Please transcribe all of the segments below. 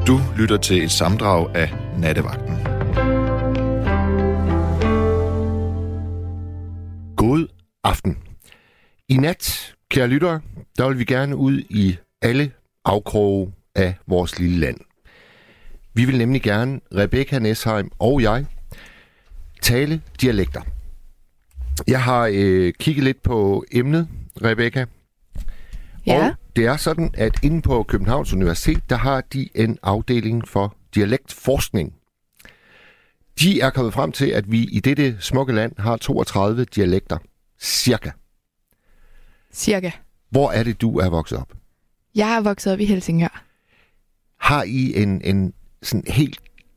Du lytter til et sammendrag af Nattevagten. God aften. I nat, kære lyttere, der vil vi gerne ud i alle afkroge af vores lille land. Vi vil nemlig gerne, Rebecca Nesheim og jeg, tale dialekter. Jeg har kigget lidt på emnet, Rebecca. Ja. Og det er sådan, at inde på Københavns Universitet, der har de en afdeling for dialektforskning. De er kommet frem til, at vi i dette smukke land har 32 dialekter. Cirka. Cirka. Hvor er det, du er vokset op? Jeg er vokset op i Helsingør. Har I en sådan helt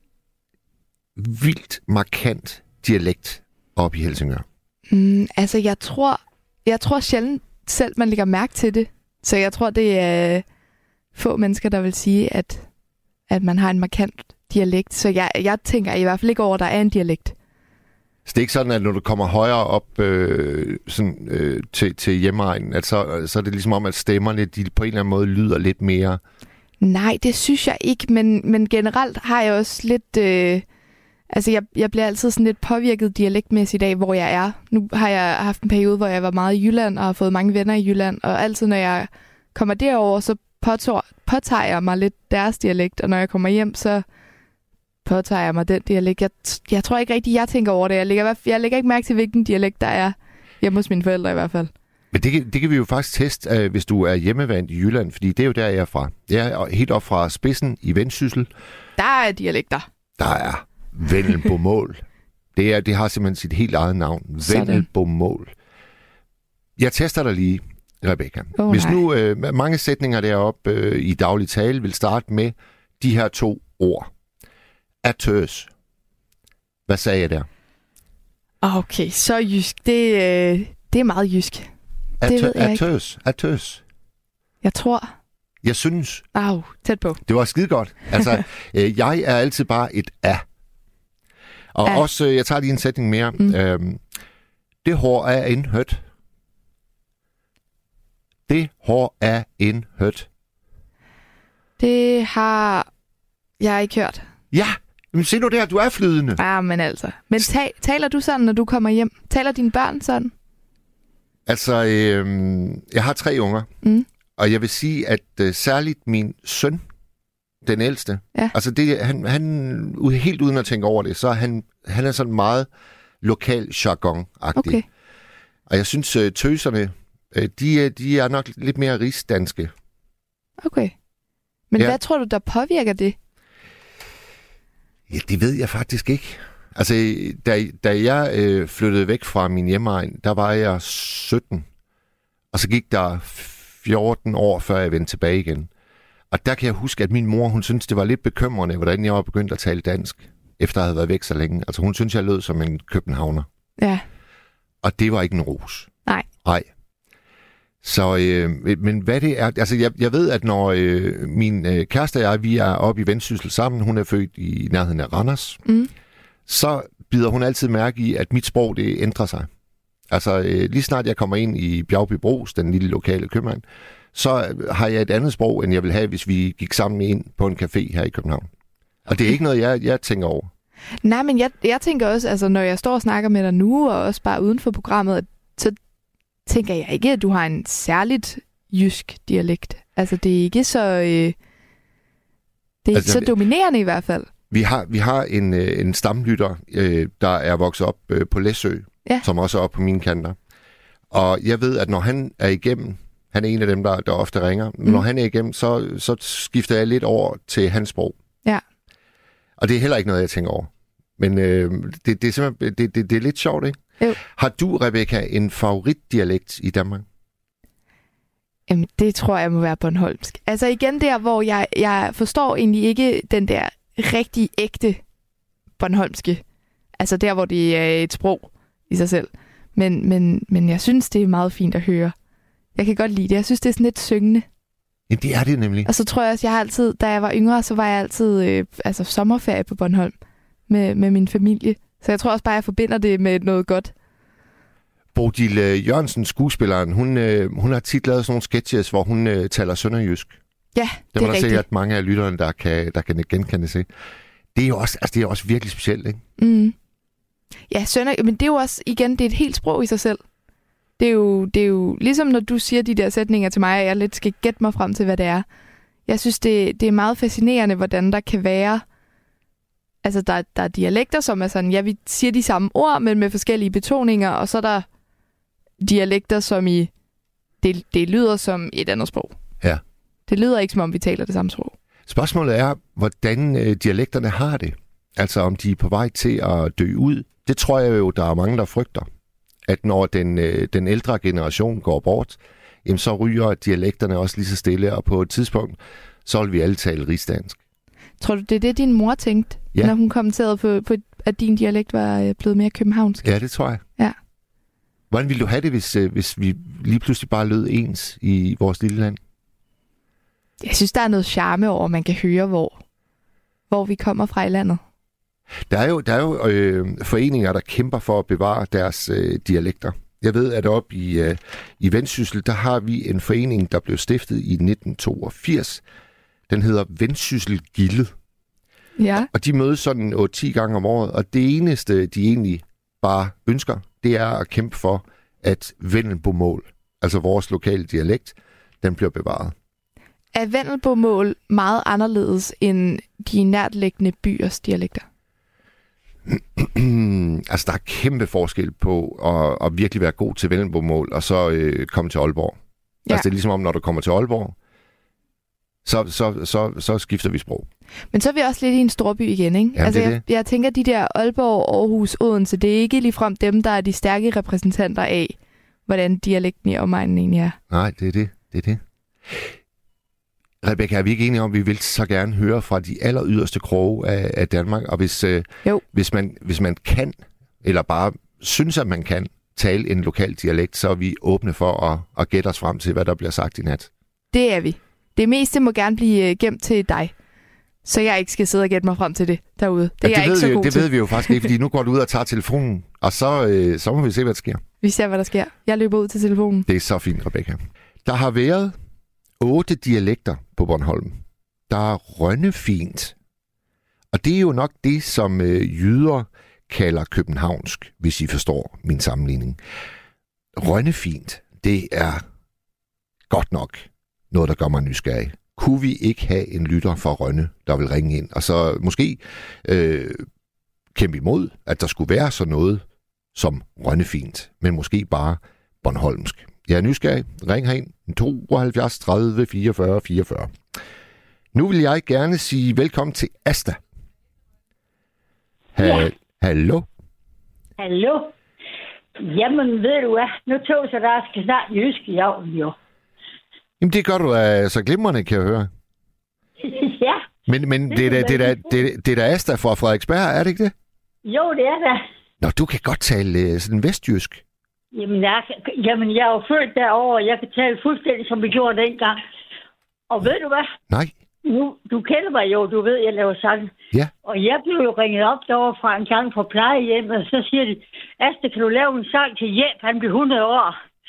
vildt markant dialekt op i Helsingør? Altså, jeg tror sjældent selv, man lægger mærke til det. Så jeg tror, det er få mennesker, der vil sige, at man har en markant dialekt. Så jeg tænker i hvert fald ikke over, at der er en dialekt. Så det er ikke sådan, at når du kommer højere op til hjemmeegnen, at så er det ligesom om, at stemmerne de på en eller anden måde lyder lidt mere? Nej, det synes jeg ikke, men generelt har jeg også lidt... Altså, jeg bliver altid sådan lidt påvirket dialektmæssigt af, hvor jeg er. Nu har jeg haft en periode, hvor jeg var meget i Jylland, og har fået mange venner i Jylland, og altid, når jeg kommer derover, så påtager jeg mig lidt deres dialekt, og når jeg kommer hjem, så påtager jeg mig den dialekt. Jeg tror ikke rigtigt, jeg tænker over det. Jeg lægger ikke mærke til, hvilken dialekt der er hjemme hos mine forældre i hvert fald. Men det kan vi jo faktisk teste, hvis du er hjemmevant i Jylland, fordi det er jo der, jeg er fra. Jeg er helt op fra Spidsen i Vendsyssel. Der er dialekter. Der er Vendelbomål. Det har simpelthen sit helt eget navn. Vendelbomål. Jeg tester dig lige, Rebecca. Hvis nu mange sætninger deroppe i daglig tale vil starte med de her 2 ord. Atøs. Hvad sagde jeg der? Okay, så jysk. Det er meget jysk. Det ved jeg ikke. Atøs. Jeg tror... Jeg synes... tæt på. Det var skide godt. Altså, jeg er altid bare et a. Og også, jeg tager lige en sætning mere. Det hår er en høt. Det hår er en høt. Det har jeg ikke hørt. Ja, men se nu der, du er flydende. Men altså. Men taler du sådan, når du kommer hjem? Taler dine børn sådan? Altså, jeg har 3 unger. Og jeg vil sige, at særligt min søn, den ældste, altså han helt uden at tænke over det, så han er sådan meget lokal jargon-agtig. Okay. Og jeg synes, tøserne, de er nok lidt mere rigsdanske. Okay. Men hvad tror du, der påvirker det? Ja, det ved jeg faktisk ikke. Altså, da jeg flyttede væk fra min hjemmeegn, der var jeg 17. Og så gik der 14 år, før jeg vendte tilbage igen. Og der kan jeg huske, at min mor, hun syntes, det var lidt bekymrende, hvordan jeg var begyndt at tale dansk, efter jeg havde været væk så længe. Altså, hun syntes, jeg lød som en københavner. Ja. Og det var ikke en ros. Nej. Så, men hvad det er... Altså, jeg ved, at når min kæreste og jeg, vi er oppe i Vendsyssel sammen, hun er født i nærheden af Randers, så bider hun altid mærke i, at mit sprog, det ændrer sig. Altså, lige snart jeg kommer ind i Bjergby Bros, den lille lokale købmand, så har jeg et andet sprog, end jeg ville have, hvis vi gik sammen ind på en café her i København. Og det er ikke noget, jeg tænker over. Nej, men jeg tænker også, altså når jeg står og snakker med dig nu, og også bare uden for programmet, så tænker jeg ikke, at du har en særligt jysk dialekt. Altså, det er ikke så... det er ikke så dominerende i hvert fald. Vi har en stamlytter, der er vokset op på Læsø, som også er oppe på mine kanter. Og jeg ved, at når han er igennem, han er en af dem, der ofte ringer, når han er igennem, så skifter jeg lidt over til hans sprog. Ja. Og det er heller ikke noget, jeg tænker over. Men det er simpelthen, det er lidt sjovt, ikke? Jo. Har du, Rebecca, en favoritdialekt i Danmark? Jamen, det tror jeg må være bornholmsk. Altså igen der, hvor jeg forstår egentlig ikke den der rigtig ægte bornholmske. Altså der, hvor det er et sprog i sig selv. Men jeg synes, det er meget fint at høre. Jeg kan godt lide det. Jeg synes, det er sådan lidt syngende. Ja, det er det nemlig. Og så tror jeg også, da jeg var yngre, så var jeg altid sommerferie på Bornholm med min familie. Så jeg tror også bare, jeg forbinder det med noget godt. Bodil Jørgensen, skuespilleren, hun har tit lavet sådan nogle sketches, hvor hun taler sønderjysk. Ja, det er var der rigtigt. sikkert mange af lytterne, der kan genkende sig. Det er jo også, det er også virkelig specielt, ikke? Mm. Ja, men det er jo også, igen, det er et helt sprog i sig selv. Det er jo ligesom når du siger de der sætninger til mig, og jeg lidt skal gætte mig frem til, hvad det er. Jeg synes, det er meget fascinerende, hvordan der kan være... Altså, der er dialekter, som er sådan, ja, vi siger de samme ord, men med forskellige betoninger, og så er der dialekter, som det lyder som et andet sprog. Ja. Det lyder ikke, som om vi taler det samme sprog. Spørgsmålet er, hvordan dialekterne har det. Altså, om de er på vej til at dø ud. Det tror jeg jo, der er mange, der frygter. At når den ældre generation går bort, jamen, så ryger dialekterne også lige så stille, og på et tidspunkt, så vil vi alle tale rigsdansk. Tror du, det er det, din mor tænkte, når hun kommenterede på, at din dialekt var blevet mere københavnsk? Ja, det tror jeg. Ja. Hvordan ville du have det, hvis vi lige pludselig bare lød ens i vores lille land? Jeg synes, der er noget charme over, man kan høre, hvor vi kommer fra i landet. Der er jo foreninger, der kæmper for at bevare deres dialekter. Jeg ved, at oppe i Vendsyssel, der har vi en forening, der blev stiftet i 1982. Den hedder Vendsyssel Gilde. Ja. Og de mødes sådan 8-10 gange om året, og det eneste, de egentlig bare ønsker, det er at kæmpe for, at vendelbomål, altså vores lokale dialekt, den bliver bevaret. Er vendelbomål meget anderledes end de nærtliggende byers dialekter? Altså, der er kæmpe forskel på at virkelig være god til vendelbomål, og så komme til Aalborg. Ja. Altså, det er ligesom om, når du kommer til Aalborg, så skifter vi sprog. Men så er vi også lidt i en storby igen, ikke? Jamen, altså, jeg tænker, de der Aalborg, Aarhus, Odense, det er ikke ligefrem dem, der er de stærke repræsentanter af, hvordan dialekten i omegnen egentlig er. Nej, det er det. Rebecca, er vi ikke enige om, at vi vil så gerne høre fra de aller yderste kroge af Danmark, og hvis man kan, eller bare synes, at man kan tale en lokal dialekt, så er vi åbne for at gætte os frem til, hvad der bliver sagt i nat. Det er vi. Det meste må gerne blive gemt til dig, så jeg ikke skal sidde og gætte mig frem til det derude. Det er jeg ikke så god til. Det ved vi jo faktisk ikke, fordi nu går du ud og tager telefonen, og så må vi se, hvad der sker. Vi ser, hvad der sker. Jeg løber ud til telefonen. Det er så fint, Rebecca. Der har været 8 dialekter på Bornholm. Der er rønnefint. Og det er jo nok det, som jyder kalder københavnsk, hvis I forstår min sammenligning. Rønnefint, det er godt nok noget, der gør mig nysgerrig. Kunne vi ikke have en lytter fra Rønne, der vil ringe ind, og så måske kæmpe imod, at der skulle være sådan noget som rønnefint, men måske bare bornholmsk. Jeg er nysgerrig. Ring herind 72 30 44 44. Nu vil jeg gerne sige velkommen til Asta. Hallo? Hallo? Jamen, ved du hvad? Nu tog så der skal snart jysk i aften, jo. Jamen, det gør du så glimrende, kan jeg høre. Ja. Men det er da Asta fra Frederiksberg, er det ikke det? Jo, det er det. Nå, du kan godt tale sådan vestjysk. Jamen, jeg er jo født derovre, og jeg kan tale fuldstændig, som vi gjorde dengang. Og ved du hvad? Nej. Du kender mig jo, du ved, jeg laver sang. Ja. Og jeg blev jo ringet op derovre fra en gang fra plejehjem, og så siger de, Asta, kan du lave en sang til Jep? Han bliver 100 år.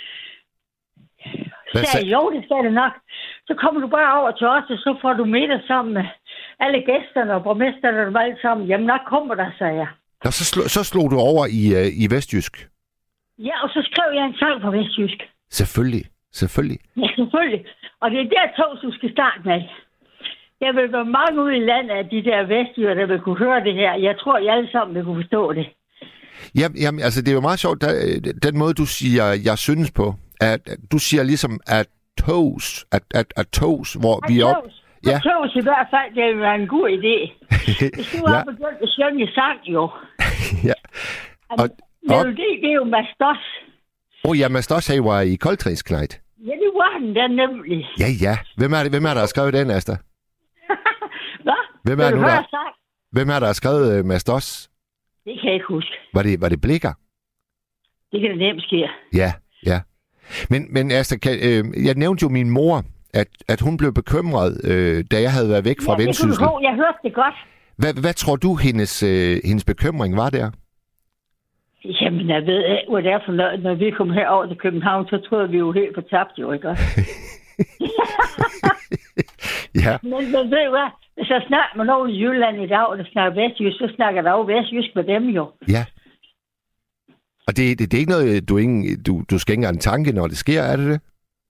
Så sagde jeg, jo, det skal det nok. Så kommer du bare over til os, og så får du middag sammen med alle gæsterne og borgmesterne og alt sammen. Jamen, nok kommer der, sagde jeg. Og så slog du over i vestjysk? Ja, og så skrev jeg en sang på vestjysk. Selvfølgelig. Ja, selvfølgelig. Og det er der du skal starte med. Jeg vil være mange ude i landet af de der vestjyder, der vil kunne høre det her. Jeg tror, I alle sammen vil kunne forstå det. Jamen, altså, det er jo meget sjovt, den måde, du siger, jeg synes på, at du siger ligesom, at toes, hvor vi er op... Ja. Toes i hvert fald, det vil være en god idé. Hvis du har begyndt at synge sang, jo. Ja. Det er jo Mastos. Ja, Mastos, han var i Koldtrinsknejt. Ja, det var den der nemlig. Ja. Hvem er det, der har skrevet den, Asta? Hvad? Hvem er der har skrevet Mastos? Det kan jeg ikke huske. Var det Blikker? Det kan det nemt ske. Ja. Men Asta, jeg nævnte jo min mor, at hun blev bekymret, da jeg havde været væk fra Vendsyssel. Jeg hørte det godt. Hvad tror du, hendes bekymring var der? Jamen, jeg ved ikke, hvad det er for noget. Når vi kom herover til København, så troede vi jo helt på tabt, jo, ikke også? Ja. Men ved du hvad? Hvis jeg snakker med nogen i Jylland i dag, der snakker vestjysk, så snakker der jo vestjysk med dem jo. Ja. Og det er ikke noget, du skal ikke engang tanke, når det sker, er det det?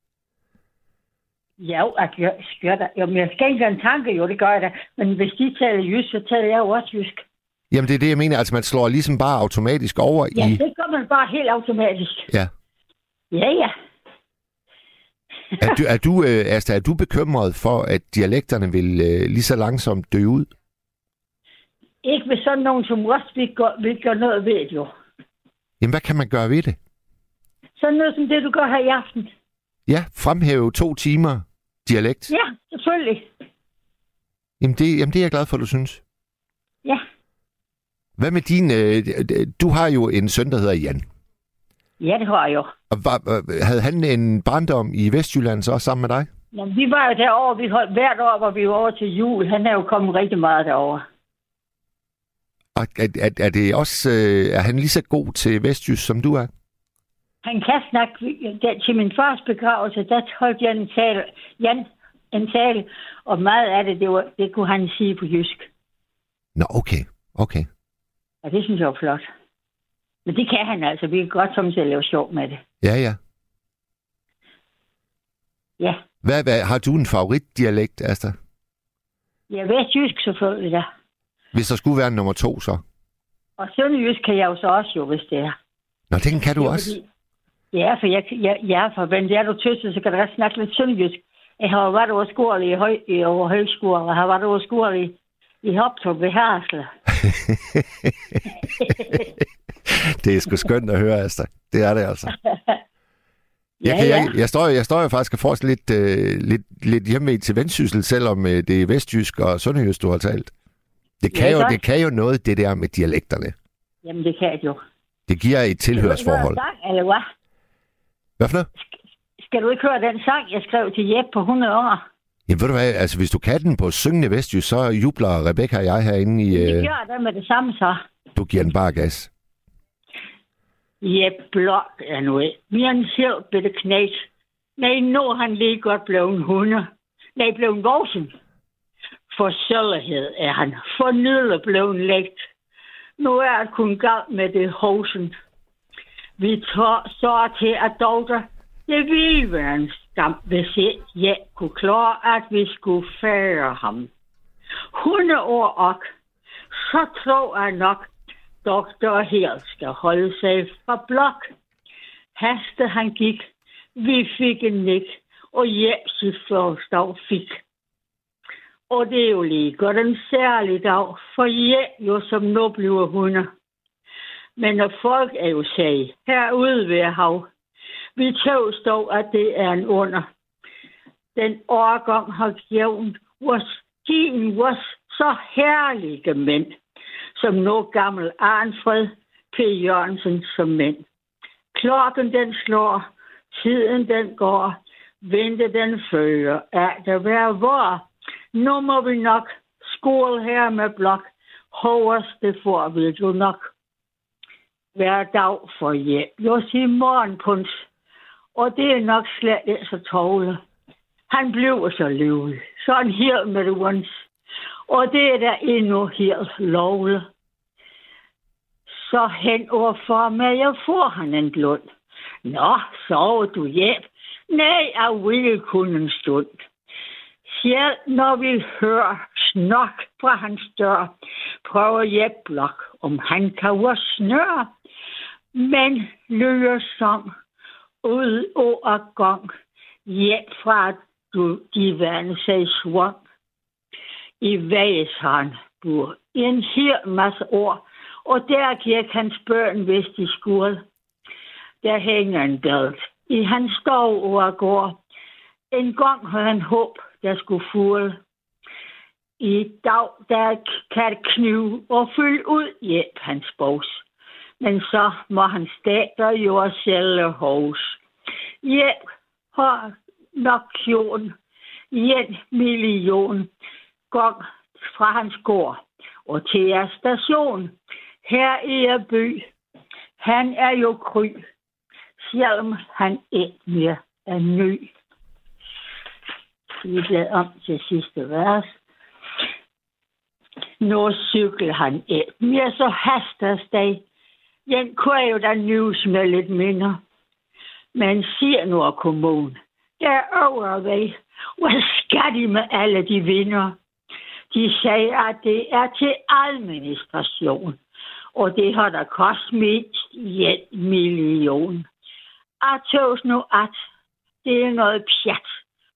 Jo, jeg skal da. Jo, men jeg skal ikke engang tanke, jo, det gør jeg da. Men hvis de taler jysk, så taler jeg jo også jysk. Jamen, det er det, jeg mener. Altså, man slår ligesom bare automatisk over Ja, i... det gør man bare helt automatisk. Ja. Ja. Asta, er du bekymret for, at dialekterne vil lige så langsomt dø ud? Ikke med sådan nogen som os, vi gør noget ved det jo. Jamen, hvad kan man gøre ved det? Sådan noget som det, du gør her i aften. Ja, fremhæve 2 timer dialekt. Ja, selvfølgelig. Jamen, det er jeg glad for, du synes. Ja. Hvad med din... du har jo en søn, der hedder Jan. Ja, det har jeg jo. Og havde han en barndom i Vestjylland så også sammen med dig? Jamen, vi var jo derovre. Vi holdt hvert år, hvor vi var over til jul. Han er jo kommet rigtig meget derover. Og er det også... er han lige så god til vestjysk, som du er? Han kan snakke... Til min fars begravelse, der holdt jeg en tale, og meget af det kunne han sige på jysk. Nå, okay. Og det synes jeg var flot. Men det kan han altså. Vi kan godt komme til at lave sjov med det. Ja. Ja. Hvad har du en favoritdialekt, Asta? Ja, vestjysk selvfølgelig, ja. Hvis der skulle være en nummer 2, så? Og sønderjysk kan jeg jo så også, hvis det er. Nå, den kan du også? Ja, for men det er du tøstet, så kan du også snakke lidt sønderjysk. Jeg har været over skole i højskole, og har været over skole i Hoptrup ved Harsle. Det er sgu skønt at høre, Asta. Det er det altså. Jeg står jo faktisk og får lidt hjemme til Vendsyssel, selvom det er vestjysk og sønderjysk, du har talt. Det kan jo noget, det der med dialekterne. Jamen, det kan det jo. Det giver et tilhørsforhold. Sang, eller hvad? Hvad for noget? Skal du ikke høre den sang, jeg skrev til Jeppe på 100 år? Jamen, ved du hvad? Altså, hvis du kan den på syngende vestjysk, så jubler Rebecca og jeg herinde i... Det gør det med det samme, så. Du giver den bare gas. Jeppe Blok er nu ikke. Mere en selv bitte knæs. Nej, nu er han lige godt blevet 100. Nej, blevet voksen. For sølvhed er han fornyet blevet lægt. Nu er det kun galt med det hosen. Vi så til at doktor, det ville være en skam, hvis jeg kunne klare, at vi skulle fære ham. 100 år og så tror jeg nok, doktor helt skal holde sig fra blok. Haste han gik, vi fik en nik, og Jepsi forstår fik. Og det er jo lige godt en særlig dag, for jeg jo som nu bliver 100. Men når folk er jo sag, herude ved hav, vi tøvstår, at det er en under. Den årgang har givet vores så herlige mænd, som nu gammel Arnfred P. Jørgensen som mænd. Klokken den slår, tiden den går, vente den fører, er der være vor. Nu må vi nok skåle her med blok, hovers det får vi jo nok. Hver dag for hjem, jo sig morgenpunds, og det er nok slet ikke så tåle. Han bliver så livlig, sådan helt med det once, og det er der endnu helt lovligt. Så hen overfor mig, jeg får han en blund. Nå, sover du hjem? Nej, jeg vil kun en stund. Selv når vi hører snak fra hans dør, prøver Jeppe Blok, om han kan også snøre. Men lyder som ud og gang, Jeppe fra de vande sig svang. I væs han bor en hel masse år, og der gik hans børn, hvis de skulle. Der hænger en bælt i hans skov og går. En gang havde han håb, der skulle fugle. I dag, der kan det knive og fylde ud Jeppe hans bogs. Men så må han stater jo selv hos. Jeppe har nok gjort 1 million gang fra hans gård og til jeres station. Her i by, han er jo kry, selvom han ikke mere er ny. Vi blev om til sidste vers. Nu cykel han et mere så haster steg. Den kunne jo da nyves med lidt mindre. Men siger nu kommunen, der overvej, hvad skal de med alle de vinder? De sagde, at det er til administration, og det har der kostet mindst 1 million. Jeg tås nu, at det er noget pjat.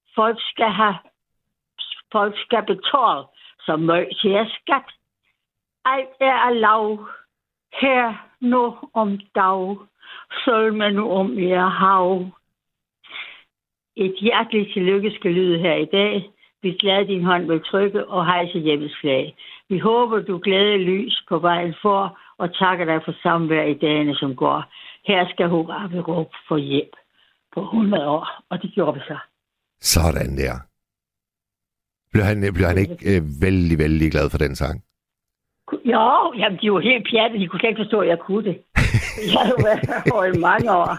Folk skal betale så meget til at skat. Alt er lav. Her nu om dag, sol man nu om jer hav. Et hjerteligt tillykke skal lyde her i dag. Vi glæder din hånd vil trykke og hejse hjemmets flag. Vi håber, du glæder lys på vejen for, og takker dig for samvær i dagene, som går. Her skal hurra ved råb for hjælp på 100 år, og det gjorde vi så. Sådan der. Blev han ikke vældig, vældig glad for den sang? Jo, jamen, de var helt pjatte. De kunne slet ikke forstå, at jeg kunne det. Jeg har jo været her i mange år.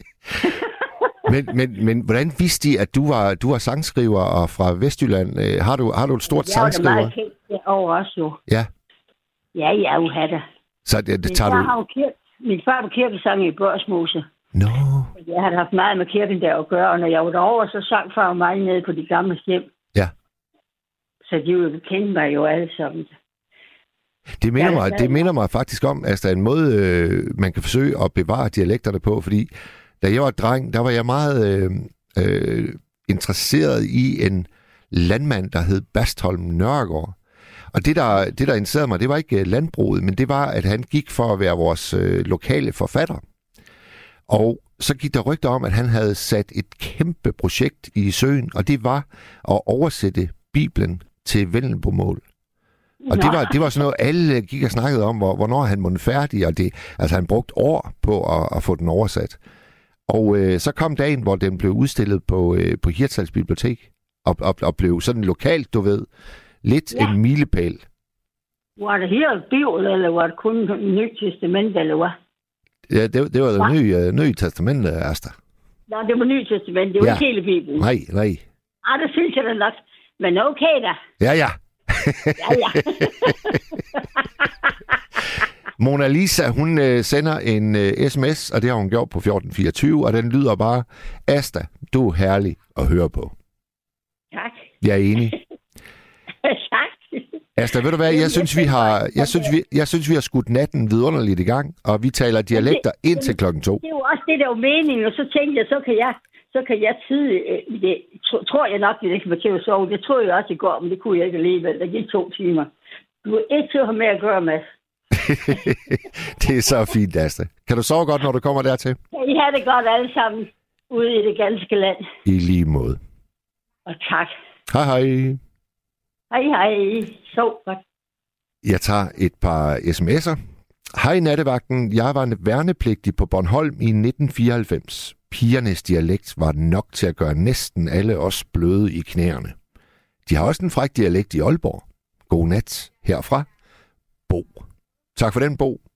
men hvordan vidste de, at du var sangskriver og fra Vestjylland? Har du et stort sangskriver? Jeg var da meget kendt over os jo. Ja. Ja, jeg er jo hatter. Så det tager du... Min far var kirkesang i Børsmose. No. Jeg havde haft meget med kirken der at gøre, og når jeg var derovre, så sang far og mig nede på de gamle hjem. Ja. Så de jo kendte mig jo alle sammen. Det minder mig faktisk om, at der er en måde, man kan forsøge at bevare dialekterne på, fordi da jeg var dreng, der var jeg meget interesseret i en landmand, der hed Bastholm Nørgaard. Og det, der interesserede mig, det var ikke landbruget, men det var, at han gik for at være vores lokale forfatter. Og så gik der rygter om, at han havde sat et kæmpe projekt i søen, og det var at oversætte Bibelen til vendelbomål. Og det var sådan noget, alle gik og snakkede om, hvornår han måtte færdig, og han brugte år på at få den oversat. Og så kom dagen, hvor den blev udstillet på Hirtshals Bibliotek, og blev sådan lokalt, du ved, lidt en milepæl. Var det hele Bibel, eller var det kun Nyt Testament, eller hvad? Ja, det var det nye testament, Asta. Nå, det var Nyt Testament, det var ikke hele Bibelen. Nej. Det synes jeg da nok. Men okay da. Ja. Mona Lisa, hun sender en sms, og det har hun gjort på 1424, og den lyder bare: Asta, du er herlig at høre på. Tak. Jeg er enig. Tak. Asta, ved du hvad, jeg synes vi har skudt natten vidunderligt i gang, og vi taler dialekter indtil 2:00. Det er jo også det, der var meningen, og så tænkte jeg, så kan jeg det tror jeg nok, det kan være til at sove. Det tror jeg også i går, men det kunne jeg ikke alligevel. Der gik 2 timer. Du er ikke til at have med at gøre, Mads. Det er så fint, Asta. Kan du sove godt, når du kommer dertil? Ja, I har det godt alle sammen ude i det ganske land. I lige måde. Og tak. Hej. Hej. Sov godt. Jeg tager et par sms'er. Hej nattevagten, jeg var værnepligtig på Bornholm i 1994. Pigernes dialekt var nok til at gøre næsten alle os bløde i knæerne. De har også en fræk dialekt i Aalborg. God nat herfra. Bo. Tak for den, Bo.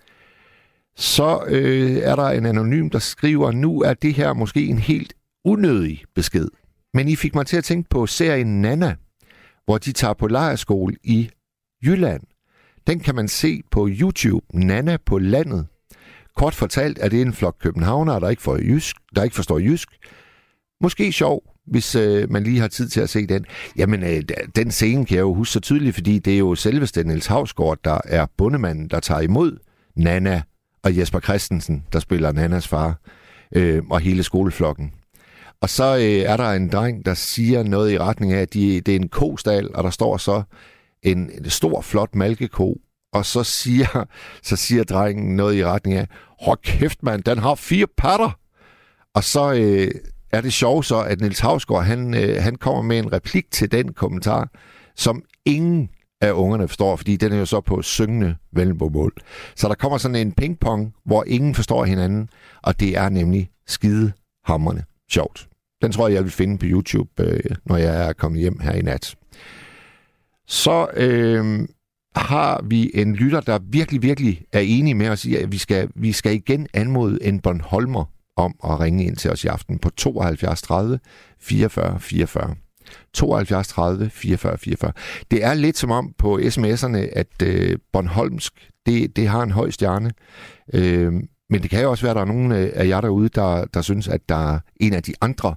Så er der en anonym, der skriver: nu er det her måske en helt unødig besked. Men I fik mig til at tænke på serien Nana, hvor de tager på lejrskole i Jylland. Den kan man se på YouTube, Nana på landet. Kort fortalt er det en flok københavnere, der ikke forstår jysk. Måske sjov, hvis man lige har tid til at se den. Jamen, den scene kan jeg jo huske så tydeligt, fordi det er jo selveste Niels Hausgaard, der er bondemanden, der tager imod Nana, og Jesper Christensen, der spiller Nanas far, og hele skoleflokken. Og så er der en dreng, der siger noget i retning af, at det er en kostal, og der står så en stor, flot malkeko, og så siger drengen noget i retning af: hold kæft, mand, den har 4 patter. Og så er det sjovt så, at Niels Hausgaard, han kommer med en replik til den kommentar, som ingen af ungerne forstår, fordi den er jo så på syngende vendelbomål. Så der kommer sådan en pingpong, hvor ingen forstår hinanden, og det er nemlig skidehamrende sjovt. Den tror jeg vil finde på YouTube, når jeg er kommet hjem her i nat. Så har vi en lytter, der virkelig, virkelig er enig med os i, at vi skal igen anmode en Bornholmer om at ringe ind til os i aften på 72 30 44 44. 72 30 44 44. Det er lidt som om på sms'erne, at bornholmsk, det har en høj stjerne. Men det kan jo også være, at der er nogle af jer derude, der synes, at der er en af de andre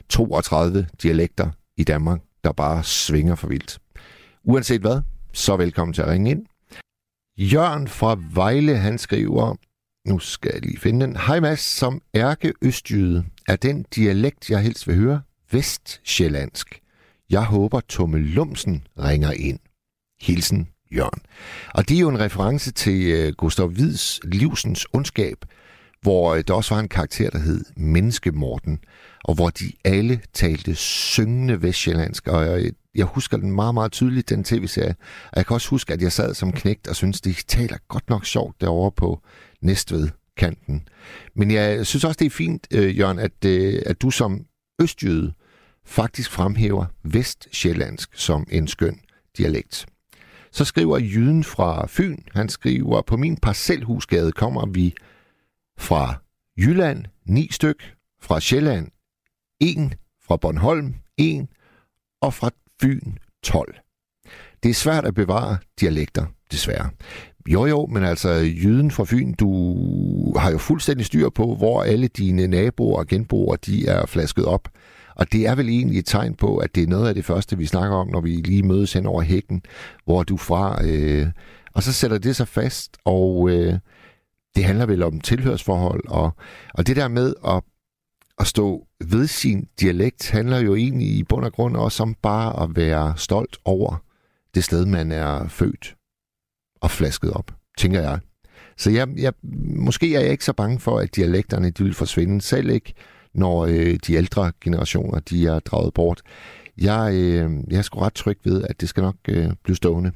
32 dialekter i Danmark, der bare svinger for vildt. Uanset hvad, så velkommen til at ringe ind. Jørgen fra Vejle, han skriver, nu skal jeg lige finde den. Hej Mads, som ærkeøstjyde er den dialekt, jeg helst vil høre, vestsjællandsk. Jeg håber, Tomme Lumsen ringer ind. Hilsen, Jørgen. Og det er jo en reference til Gustav Wieds Livsens ondskab, hvor der også var en karakter, der hed Menneskemorten, og hvor de alle talte syngende vestsjællandsk. Og jeg husker den meget, meget tydeligt, den tv-serie. Og jeg kan også huske, at jeg sad som knægt og syntes, de taler godt nok sjovt derovre på Næstved-kanten. Men jeg synes også, det er fint, Jørgen, at du som østjyde faktisk fremhæver vestsjællandsk som en skøn dialekt. Så skriver jyden fra Fyn, han skriver, på min parcelhusgade kommer vi fra Jylland 9 styk, fra Sjælland 1, fra Bornholm 1 og fra Fyn 12. Det er svært at bevare dialekter, desværre. Jo, men altså jyden fra Fyn, du har jo fuldstændig styr på, hvor alle dine naboer og genboer, de er flasket op. Og det er vel egentlig et tegn på, at det er noget af det første, vi snakker om, når vi lige mødes hen over hækken, hvor du fra. Og så sætter det sig fast, og det handler vel om tilhørsforhold. Og det der med at stå ved sin dialekt, handler jo egentlig i bund og grund også om bare at være stolt over det sted, man er født og flasket op, tænker jeg. Så måske er jeg ikke så bange for, at dialekterne de vil forsvinde, selv ikke når de ældre generationer, de er draget bort. Jeg er sgu ret tryg ved, at det skal nok blive stående.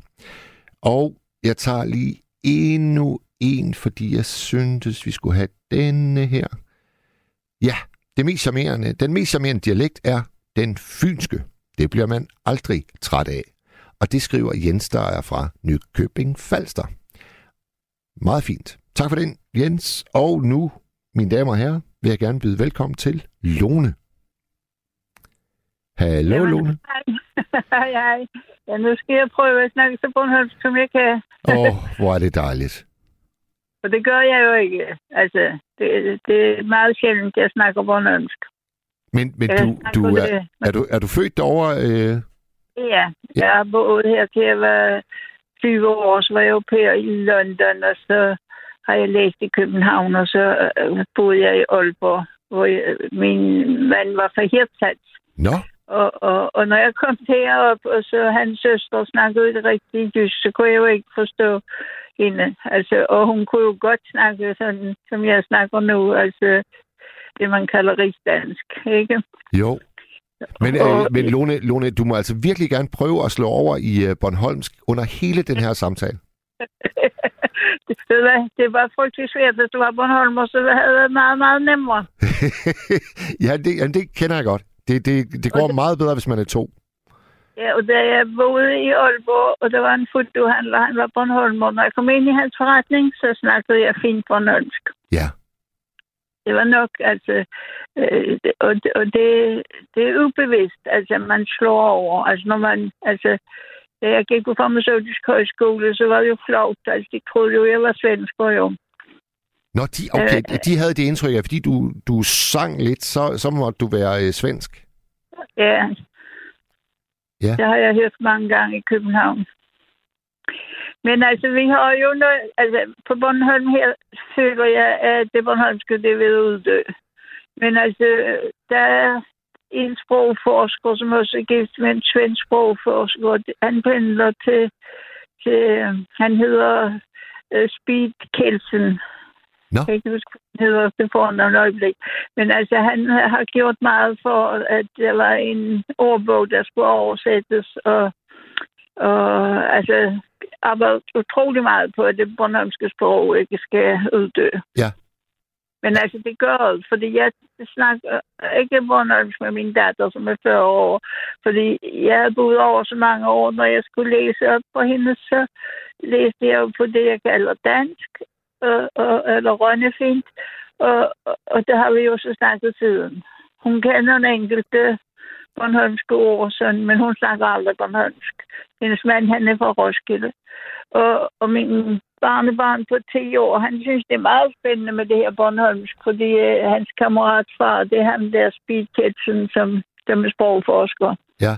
Og jeg tager lige endnu en, fordi jeg syntes, vi skulle have denne her. Ja, den mest charmerende dialekt er den fynske. Det bliver man aldrig træt af. Og det skriver Jens, der er fra Nykøbing Falster. Meget fint. Tak for den, Jens. Og nu, mine damer og herrer, vil jeg gerne byde velkommen til Lone. Hallo, jamen, Lone. Hej. Ja, nu skal jeg prøve at snakke så bornholmsk, som jeg kan. Hvor er det dejligt. Og det gør jeg jo ikke. Altså, det er meget sjældent, jeg snakker bornholmsk. Men er du født derovre? Ja, jeg har boet her til jeg var 20 år, så var jeg au pair i London, og så har jeg læst i København, og så boede jeg i Aalborg, hvor min mand var fra Hirtshals. Nå. Og når jeg kom herop, og så hans søster snakkede det rigtige jysk, så kunne jeg jo ikke forstå hende. Altså, og hun kunne jo godt snakke sådan, som jeg snakker nu, altså det, man kalder rigsdansk, ikke? Jo. Men Lone, du må altså virkelig gerne prøve at slå over i bornholmsk under hele den her samtale. Det var frygtelig svært, hvis du var Bornholm, så havde det været meget, meget nemmere. Ja, det kender jeg godt. Det går meget bedre, hvis man er to. Ja, og da jeg boede i Aalborg, og der var en fotohandler, han var Bornholm, og når jeg kom ind i hans forretning, så snakkede jeg fint bornholmsk. Ja. Det var nok, altså, og det er ubevidst, altså, man slår over. Altså, når man, altså, da jeg gik på farmaceutisk højskole, så var det jo flot. Altså, de troede jo, jeg var svensk, jo. Nå, de havde det indtryk af, fordi du sang lidt, så måtte du være svensk. Ja. Det har jeg hørt mange gange i København. Men altså, vi har jo noget... Altså, på Bornholm her føler jeg, at det bornholmske, det er ved at uddø. Men altså, der er en sprogforsker, som også er gift med en svensk sprogforsker. Han pendler til han hedder Speed Kelsen. No. Jeg kan ikke huske, hvad han hedder det fornavn øjeblik. Men altså, han har gjort meget for, at der var en ordbog, der skulle oversættes. Og altså, arbejdet utrolig meget på, at det bornholmske sprog ikke skal uddø. Ja. Men altså, det gør det, fordi jeg snakker ikke bornholmsk med min datter, som er 40 år. Fordi jeg havde boet over så mange år, når jeg skulle læse op for hende, så læste jeg jo på det, jeg kalder dansk, eller rønnefint. Og det har vi jo så snakket siden. Hun kender en enkelte bornholmske ord, sådan, men hun snakker aldrig bornholmsk. Hendes mand, han er fra Roskilde. Og min barnebarn på 10 år, han synes, det er meget spændende med det her bornholmsk, fordi hans kammerats far, det er ham der Speed Kitchen, som er sprogforsker. Ja.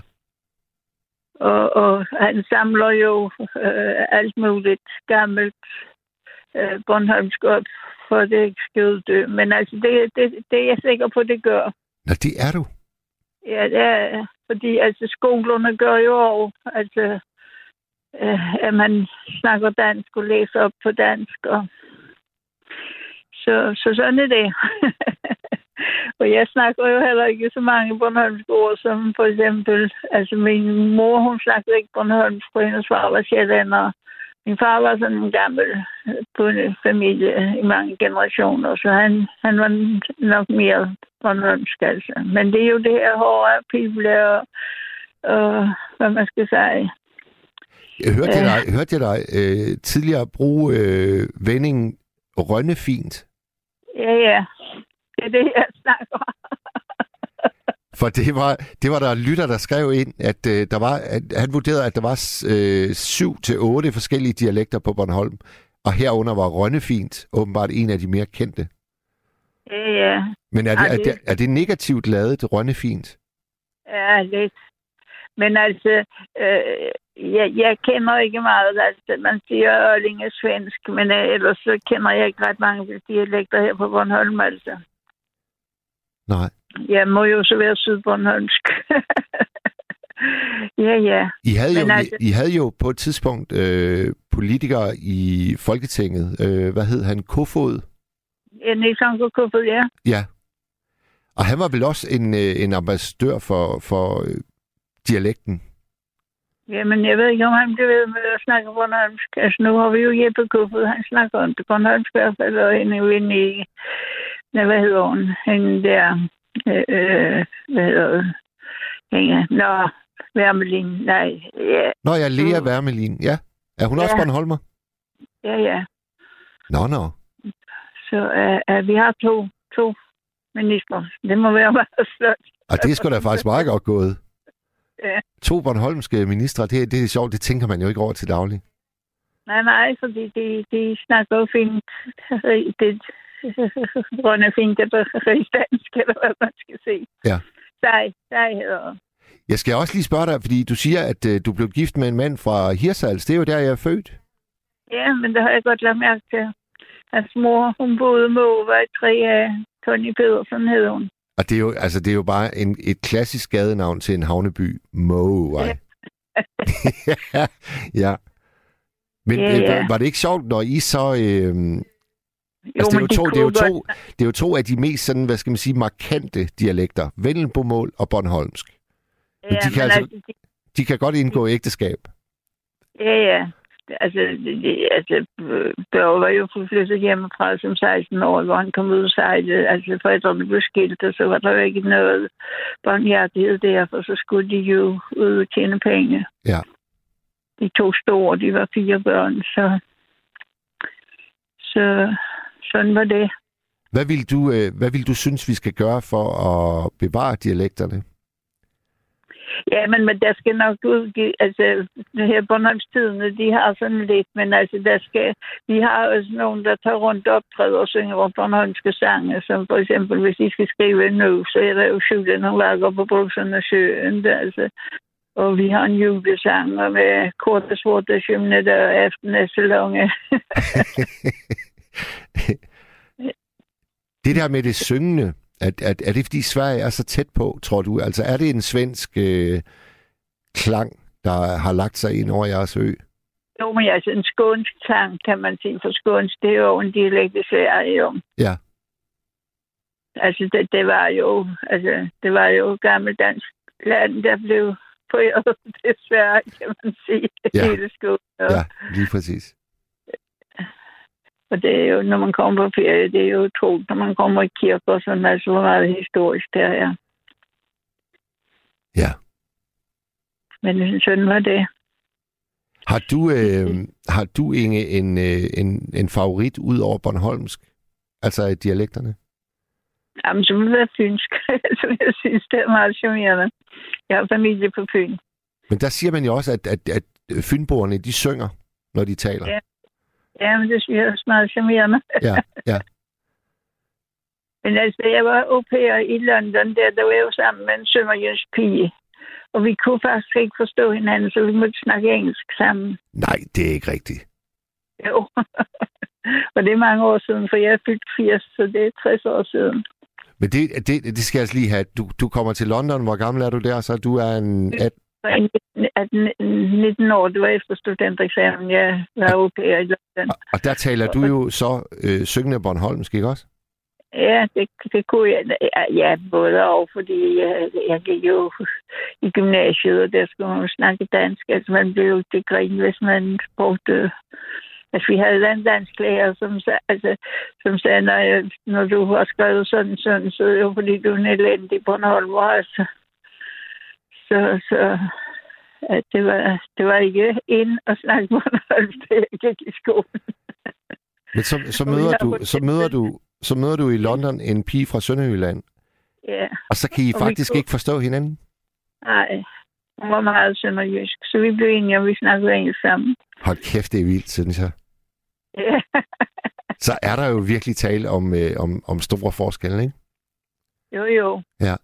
Og han samler jo alt muligt gammelt bornholmsk op, for det ikke skal uddø. Men altså, det er jeg sikker på, det gør. Nå, det er du. Ja, det er, fordi altså, skolerne gør jo også, altså, at man snakker dansk og læser op på dansk. Og så sådan er det. Og jeg snakker jo heller ikke så mange bornholmske ord, som for eksempel, altså min mor, hun snakkede ikke bornholmsk, for hendes far var sjællænder. Min far var sådan en gammel familie i mange generationer, så han var nok mere bornholmsk, altså. Men det er jo det her hårde pible og hvad man skal sige. Hørte jeg dig tidligere bruge vendingen rønnefint? Ja. Det er det, jeg snakker om. For det var der lytter, der skrev ind, at han vurderede, at der var 7 til 8 forskellige dialekter på Bornholm, og herunder var rønnefint åbenbart en af de mere kendte. Ja. Men er det negativt ladet, rønnefint? Ja, lidt. Men altså, jeg kender ikke meget. Altså, man siger ørlingesvensk, men ellers så kender jeg ikke ret mange dialekter her på Bornholm, altså. Nej. Jeg må jo så være sydbornholmsk. Ja. I havde jo på et tidspunkt politikere i Folketinget. Hvad hed han? Kofod? Ja, Nielsen Kofod, ja. Ja. Og han var vel også en ambassadør for dialekten? Jamen, jeg ved ikke, om han blev ved med at snakke bornholmsk. Altså, nu har vi jo Jeppe Kofod, han snakker om det bornholmsk i hvert fald, og hende jo inde i... hvad hedder hun? Hende der... hvad hedder det? Nå, Wermelin. Nej, ja. Nå, ja, Lea Wermelin, ja. Er hun også Bornholmer? Ja. Nå. Så vi har to ministre. Det må være meget flot. Og det er sgu da faktisk meget godt gået. Ja. 2 bornholmske ministre, det er sjovt, det tænker man jo ikke over til daglig. Nej, fordi de snakker jo fint. Det Rønne fint, det er rigsdansk, eller hvad man skal se. Ja. Sej hedder. Jeg skal også lige spørge dig, fordi du siger, at du blev gift med en mand fra Hirsals. Det er jo der, jeg er født. Ja, men det har jeg godt lagt mærke til. Hans mor, hun boede med over i 3 af Tony Pedersen, hed hun. Og det er jo bare et klassisk gadenavn til en havneby. Mågevej. Ja. Men var det ikke sjovt, når I så... det er jo to af de mest sådan, hvad skal man sige, markante dialekter. Vendelbomål og bornholmsk. Men de kan godt indgå ægteskab. Ja. Altså, Børge var jo flyttet hjemmefra som 16 år, hvor han kom ud og sejlede. Altså, forældrene blev skilt, og så var der jo ikke noget barmhjertighed derfor, så skulle de jo ud og tjene penge. Ja. De 2 store, de var 4 børn, så sådan var det. Hvad vil du synes, vi skal gøre for at bevare dialekterne? Ja, men der skal nok udgive, altså det her Bornholmstidene, de har sådan lidt, men altså vi har også nogen, der tager rundt og optræder og synger over bornholmske sange, som for eksempel, hvis de skal skrive nu, så er der jo Skjulen og Lager på Brugsen og Søen, altså. Og vi har en julesang med korte sorte skymne, der aften er så lange. Det der med det syngende, er det fordi Sverige er så tæt på, tror du? Altså er det en svensk klang, der har lagt sig ind over jeres ø? Jo, men altså en skånsk sang, kan man sige, for skånsk, det er jo en dialekt i Sverige, jo. Ja. Altså det var jo gammeldansk land, der blev foræret til Sverige, kan man sige. Ja. Hele skolen. Ja, lige præcis. Og det er jo, når man kommer på ferie, det er jo utroligt, når man kommer i kirke og sådan, altså hvor meget historisk der er. Ja. Men sådan var det. Har du Inge, en favorit ud over bornholmsk? Altså dialekterne? Jamen, så vil det være fynsk. Så jeg synes, det er meget charmerende. Jeg har familie på Fyn. Men der siger man jo også, at fynboerne, de synger, når de taler. Ja, men det synes jeg også meget charmerende. Ja. Men altså, jeg var au pair i London, der var jeg jo sammen med en sønderjysk pige. Og vi kunne faktisk ikke forstå hinanden, så vi måtte snakke engelsk sammen. Nej, det er ikke rigtigt. Jo. Og det er mange år siden, for jeg er fyldt 80, så det er 60 år siden. Men det skal jeg altså lige have. Du kommer til London. Hvor gammel er du der? Så du er en 19 år. Det var efter studentereksamen. Jeg var au pair i London. Og der taler du jo så syngende bornholmsk, ikke også? Ja, det kunne jeg. Ja, både og, fordi jeg gik jo i gymnasiet, og der skulle man snakke dansk. Altså, man blev jo til grin, hvis man brugte... Altså, vi havde en dansklærer, som sagde, når du har skrevet sådan, så er det jo, fordi du er en elendig Bornholmer, altså. Så at det var ikke ind at snakke Bornholmsk, da jeg gik i skolen. Men så møder du i London en pige fra Sønderjylland. Ja. Og så kan I faktisk ikke forstå hinanden? Nej, hun var meget sønderjysk, så vi blev enige, og vi snakkede engelsk sammen. Hold kæft, det er vildt, synes jeg. Ja. Så er der jo virkelig tale om store forskelle, ikke? Jo. Ja.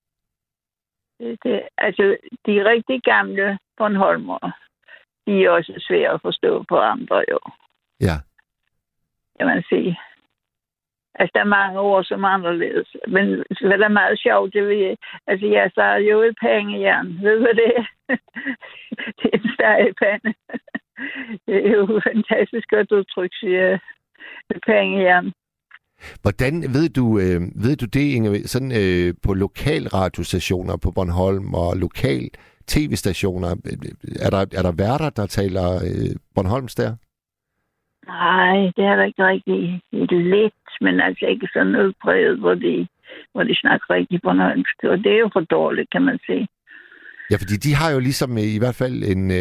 Altså, de rigtig gamle Bornholmere, de er også svære at forstå på andre, jo. Ja. Kan man sige. Altså, der er mange ord, som er anderledes. Men så er det meget sjovt, altså, jeg sagde jo et pengejern. Ved du, hvad det er? Det er en stegepande. Det er jo fantastisk godt udtryk, siger pengejern. Hvordan ved du det, Inge, sådan på lokalradiostationer på Bornholm og lokal tv-stationer, er der værter, der taler Bornholms der? Nej, det er der ikke rigtig lidt, men altså ikke sådan udbredt, hvor de snakker rigtig bornholmsk. Og det er jo for dårligt, kan man sige. Ja, fordi de har jo ligesom i hvert fald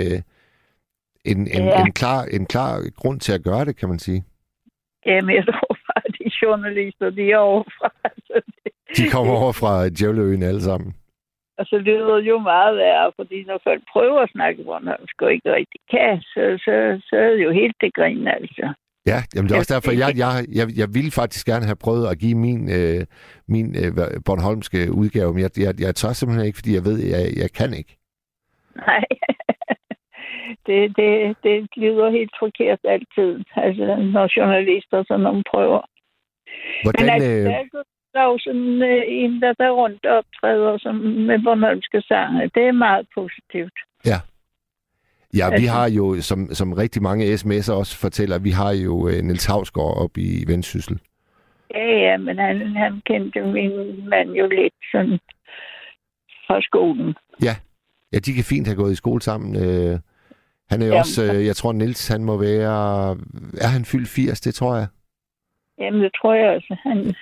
en klar grund til at gøre det, kan man sige. Jamen, jeg tror bare, at de journalister, de er overfra. Altså, de kommer over fra Djævleøen alle sammen. Og så lyder det jo meget værre, fordi når folk prøver at snakke bornholmsk og ikke rigtig kan, så er det jo helt det grin, altså. Ja, jamen det er også derfor, jeg ville faktisk gerne have prøvet at give min bornholmske udgave, men jeg tør simpelthen ikke, fordi jeg ved, at jeg kan ikke. Nej, det lyder helt forkert altid, altså når journalister sådan nogle prøver. Hvordan... Men altså, der er jo sådan en, der rundt optræder som med bornholmske sange. Det er meget positivt. Ja. Ja, vi har jo, som rigtig mange sms'er også fortæller, vi har jo Niels Hausgaard oppe i Vendsyssel. Ja, men han kendte min mand jo lidt sådan fra skolen. Ja, de kan fint have gået i skole sammen. Han er jo også, jeg tror Niels, han må være, er han fyldt 80, det tror jeg? Jamen, det tror jeg også.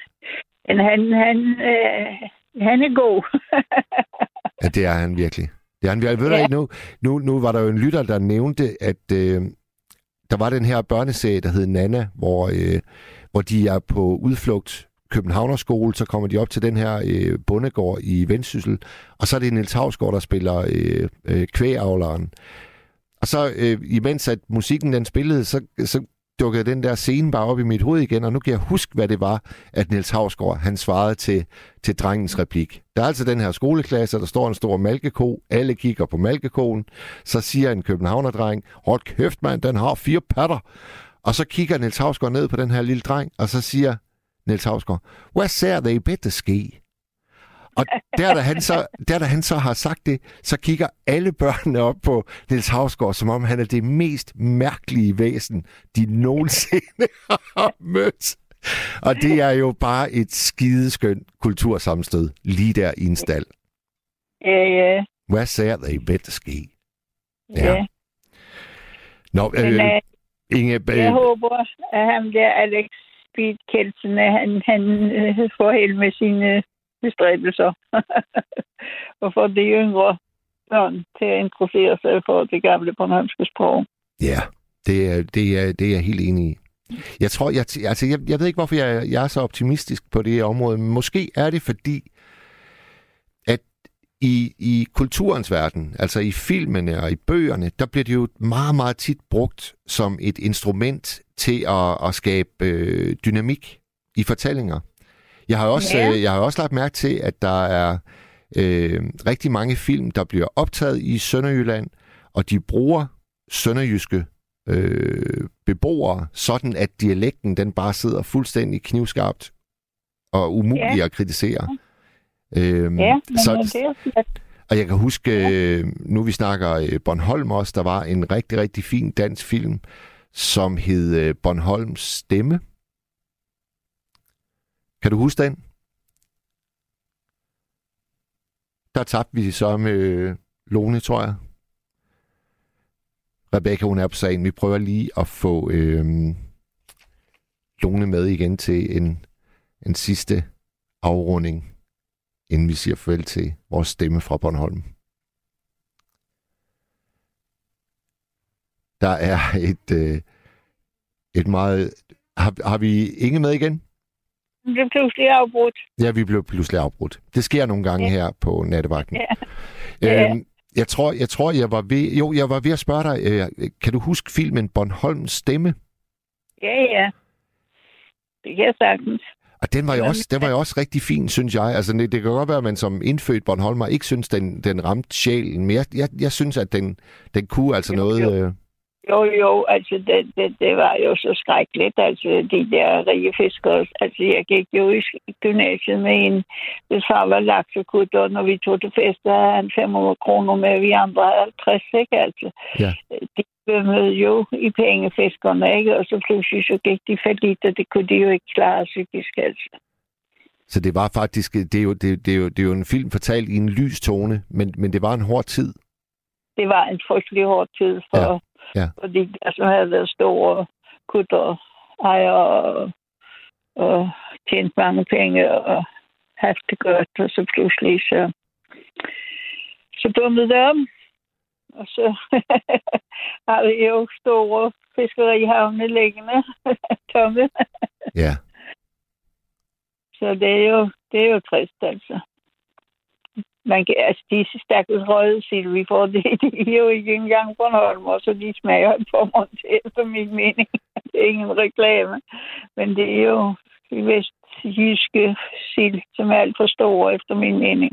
Han er god. Ja, det er han virkelig. Det er han virkelig. Ved du ikke nu var der jo en lytter, der nævnte, at der var den her børneserie, der hed Nana, hvor de er på udflugt Københavnerskole, så kommer de op til den her bondegård i Vendsyssel, og så er det Niels Hausgaard, der spiller kvægavleren. Og så imens at musikken den spillede, så dukkede den der scene bare op i mit hoved igen, og nu kan jeg huske, hvad det var, at Niels Hausgaard, han svarede til drengens replik. Der er altså den her skoleklasse, der står en stor malkeko, alle kigger på malkekoen, så siger en københavnerdreng, hold kæft mand, den har 4 patter. Og så kigger Niels Hausgaard ned på den her lille dreng, og så siger Niels Hausgaard, hvad ser they better ski? Og da han så har sagt det, så kigger alle børnene op på Niels Hausgaard, som om han er det mest mærkelige væsen, de nogensinde har mødt. Og det er jo bare et skideskønt kultursammenstød, lige der i en stald. Ja. Hvad siger they better ski? Ja. Nå, Inge... Jeg håber, at ham der Alex Speed Kelsen, han får held med sine bestræbelser. Og for de yngre børn til at interessere sig for det gamle bornholmske sprog. Ja, det er jeg helt enig i. Jeg tror, jeg ved ikke, hvorfor jeg er så optimistisk på det område, men måske er det fordi, at i kulturens verden, altså i filmene og i bøgerne, der bliver det jo meget, meget tit brugt som et instrument til at skabe dynamik i fortællinger. Jeg har også lagt mærke til, at der er rigtig mange film, der bliver optaget i Sønderjylland, og de bruger sønderjyske beboere, sådan at dialekten den bare sidder fuldstændig knivskarpt og umulig at kritisere. Og jeg kan huske, nu vi snakker Bornholm også, der var en rigtig, rigtig fin dansk film, som hed Bornholms Stemme. Kan du huske den? Der tabte vi så med Lone, tror jeg. Rebecca, hun er på sagen. Vi prøver lige at få Lone med igen til en sidste afrunding, inden vi siger farvel til vores stemme fra Bornholm. Der er et meget... Har vi Inge med igen? Vi blev pludselig afbrudt. Ja, vi blev pludselig afbrudt. Det sker nogle gange her på nattevagten. Ja. Jeg tror, jeg var ved at spørge dig, kan du huske filmen Bornholms Stemme? Ja. Det kan jeg sagtens. Og den var jo også rigtig fin, synes jeg. Altså, det kan godt være, at man som indfødt Bornholmer ikke synes, den ramte sjælen. Men jeg synes, at den kunne altså noget... Jo, altså det var jo så skrækkeligt, altså de der rige fiskere. Altså jeg gik jo i gymnasiet med en, hvis far var laksekutter, når vi tog til fest, der havde han 500 kroner med, vi andre 50, ikke altså. Ja. De svømmede jo i pengefiskerne, ikke? Og så pludselig så gik de fallit, og det kunne de jo ikke klare psykisk, altså. Så det var faktisk, det er jo en film fortalt i en lys tone, men det var en hård tid. Det var en frygtelig hård tid for... Ja. Fordi der så havde været store kutterejere og tjent mange penge og haft det godt, og så pludselig så bummede det om. Og så har vi jo store fiskerihavne liggende tomme. Ja. Så det er jo trist, altså. De stakkels røde sild, vi får, det er jo ikke engang Bornholm, og så de smager på mig til, efter min mening. Det er ingen reklame. Men det er jo de vestjyske sild, som er alt for store, efter min mening.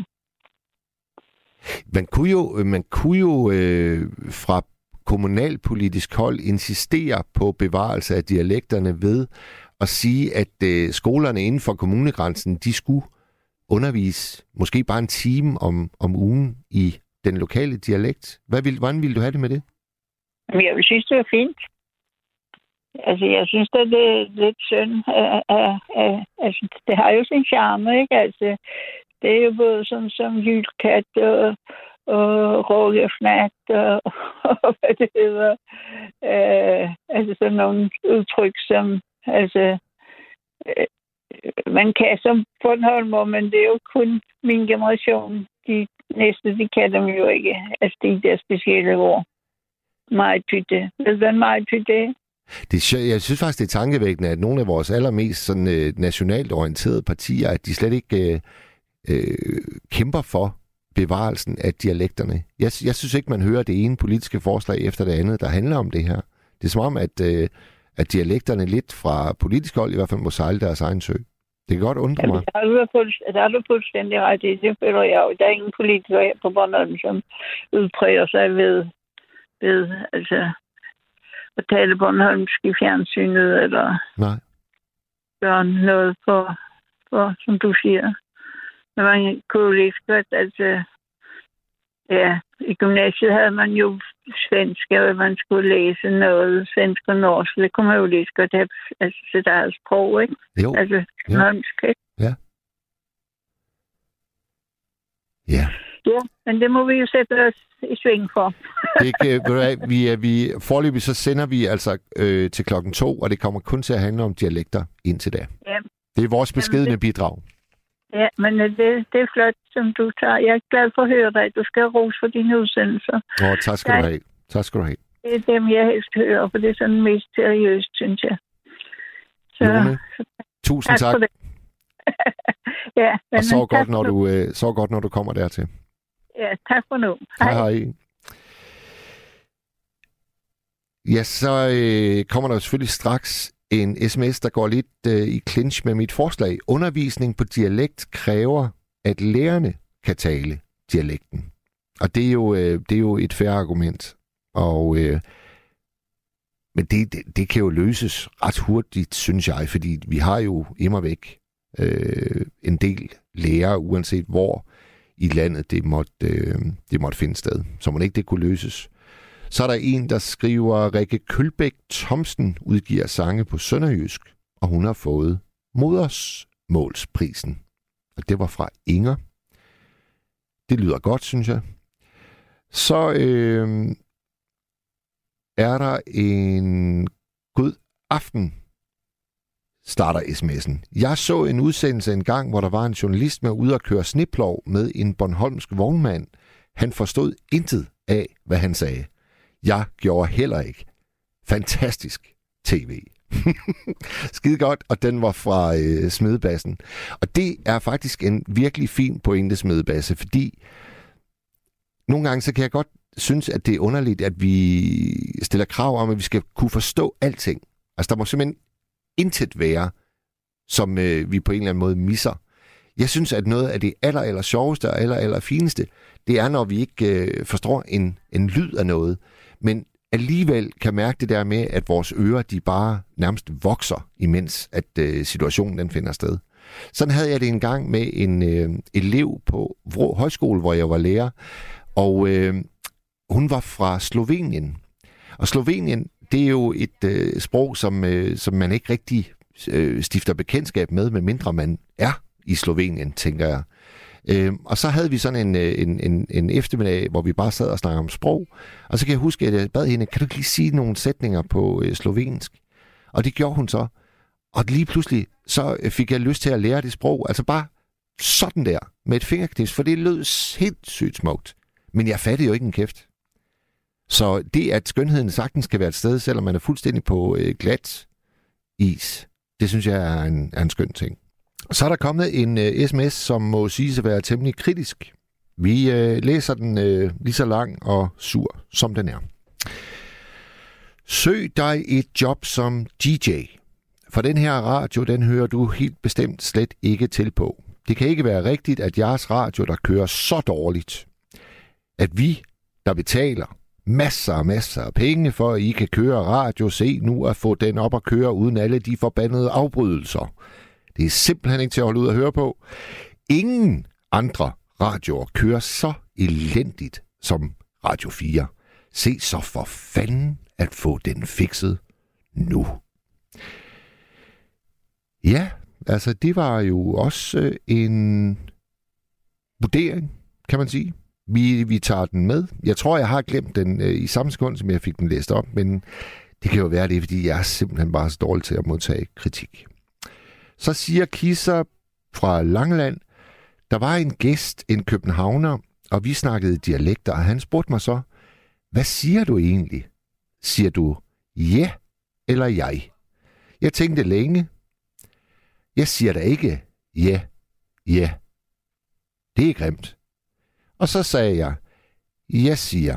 Man kunne jo fra kommunalpolitisk hold insistere på bevarelse af dialekterne ved at sige, at skolerne inden for kommunegrænsen, de skulle undervise måske bare en time om ugen i den lokale dialekt. Hvordan ville du have det med det? Jeg vil synes, det er fint. Altså, jeg synes, at det er lidt synd. Altså, det har jo sin charme, ikke? Altså, det er jo både sådan som hylkat og rådjefnat og hvad det hedder. Altså, sådan nogle udtryk, som altså... man kan som Bornholmer, men det er jo kun min generation. De næste, de kan dem jo ikke. Altså, det er der specielle ord. Meget pytte. Ved du, hvad meget pytte er? Jeg synes faktisk, det er tankevækkende, at nogle af vores allermest sådan, nationalt orienterede partier, at de slet ikke kæmper for bevarelsen af dialekterne. Jeg synes ikke, man hører det ene politiske forslag efter det andet, der handler om det her. Det er som om, at dialekterne lidt fra politisk hold i hvert fald må sejle deres egen sø. Det kan godt undre mig. Der er du fuldstændig ret i. Det føler jeg jo. Der er ingen politikere her på Bornholm, som udpræger sig ved altså at tale bornholmsk i fjernsynet, eller gøre noget for, som du siger. Men man kunne lige godt, altså ja, i gymnasiet havde man jo svensk, og man skulle læse noget svensk og norsk. Det kunne man jo lige godt have, altså til deres sprog, ikke? Jo. Altså, norsk, ikke? Ja. Ja. Ja, men det må vi jo sætte os i sving for. Foreløbig så sender vi altså til 2:00, og det kommer kun til at handle om dialekter indtil da. Ja. Det er vores beskedne bidrag. Ja, men det er flot, som du tager. Jeg er glad for at høre dig. Du skal rose for dine udsendelser. Tak skal du have. Tak skal du have. Det er dem, jeg helst hører, for det er sådan mest seriøst, synes jeg. Lone, tusind tak. Ja, og så godt, når du kommer dertil. Ja, tak for nu. Hej. Ja, så kommer der selvfølgelig straks en sms, der går lidt i clinch med mit forslag. Undervisning på dialekt kræver, at lærerne kan tale dialekten. Og det er jo et fair argument. Men det kan jo løses ret hurtigt, synes jeg, fordi vi har jo immervæk en del lærere, uanset hvor i landet det måtte finde sted. Så må ikke det kunne løses. Så er der en, der skriver, Rikke Kølbæk Thomsen udgiver sange på sønderjysk, og hun har fået modersmålsprisen. Og det var fra Inger. Det lyder godt, synes jeg. Så er der en god aften, starter sms'en. Jeg så en udsendelse engang, hvor der var en journalist med ude at køre sneplov med en bornholmsk vognmand. Han forstod intet af, hvad han sagde. Jeg gjorde heller ikke. Fantastisk tv. Skide godt, og den var fra Smedebassen. Og det er faktisk en virkelig fin pointe, Smedebasse, fordi nogle gange så kan jeg godt synes, at det er underligt, at vi stiller krav om, at vi skal kunne forstå alting. Altså, der må simpelthen intet være, som vi på en eller anden måde misser. Jeg synes, at noget af det aller sjoveste og aller fineste, det er, når vi ikke forstår en lyd af noget, men alligevel kan mærke det der med, at vores ører, de bare nærmest vokser, imens at situationen den finder sted. Sådan havde jeg det en gang med en elev på Vrå Højskole, hvor jeg var lærer, og hun var fra Slovenien. Og Slovenien, det er jo et sprog, som man ikke rigtig stifter bekendtskab med, medmindre man er i Slovenien, tænker jeg. Og så havde vi sådan en eftermiddag, hvor vi bare sad og snakkede om sprog. Og så kan jeg huske, at jeg bad hende, kan du ikke lige sige nogle sætninger på slovensk? Og det gjorde hun så. Og lige pludselig, så fik jeg lyst til at lære det sprog. Altså bare sådan der, med et fingerknips, for det lød sindssygt smukt. Men jeg fattede jo ikke en kæft. Så det, at skønheden sagtens skal være et sted, selvom man er fuldstændig på glat is, det synes jeg er en skøn ting. Så er der kommet en sms, som må siges at være temmelig kritisk. Vi læser den lige så lang og sur, som den er. Søg dig et job som DJ. For den her radio, den hører du helt bestemt slet ikke til på. Det kan ikke være rigtigt, at jeres radio, der kører så dårligt, at vi, der betaler masser af penge for, at I kan køre radio, se nu at få den op at køre uden alle de forbandede afbrydelser. Det er simpelthen ikke til at holde ud at høre på. Ingen andre radioer kører så elendigt som Radio 4. Se så for fanden at få den fikset nu. Ja, altså det var jo også en vurdering, kan man sige. Vi tager den med. Jeg tror, jeg har glemt den i samme sekund, som jeg fik den læst op, men det kan jo være det, fordi jeg er simpelthen bare så dårlig til at modtage kritik. Så siger Kisser fra Langeland, der var en gæst, en københavner, og vi snakkede dialekter, og han spurgte mig så, hvad siger du egentlig? Siger du ja eller jeg? Jeg tænkte længe. Jeg siger da ikke ja. Det er grimt. Og så sagde jeg siger.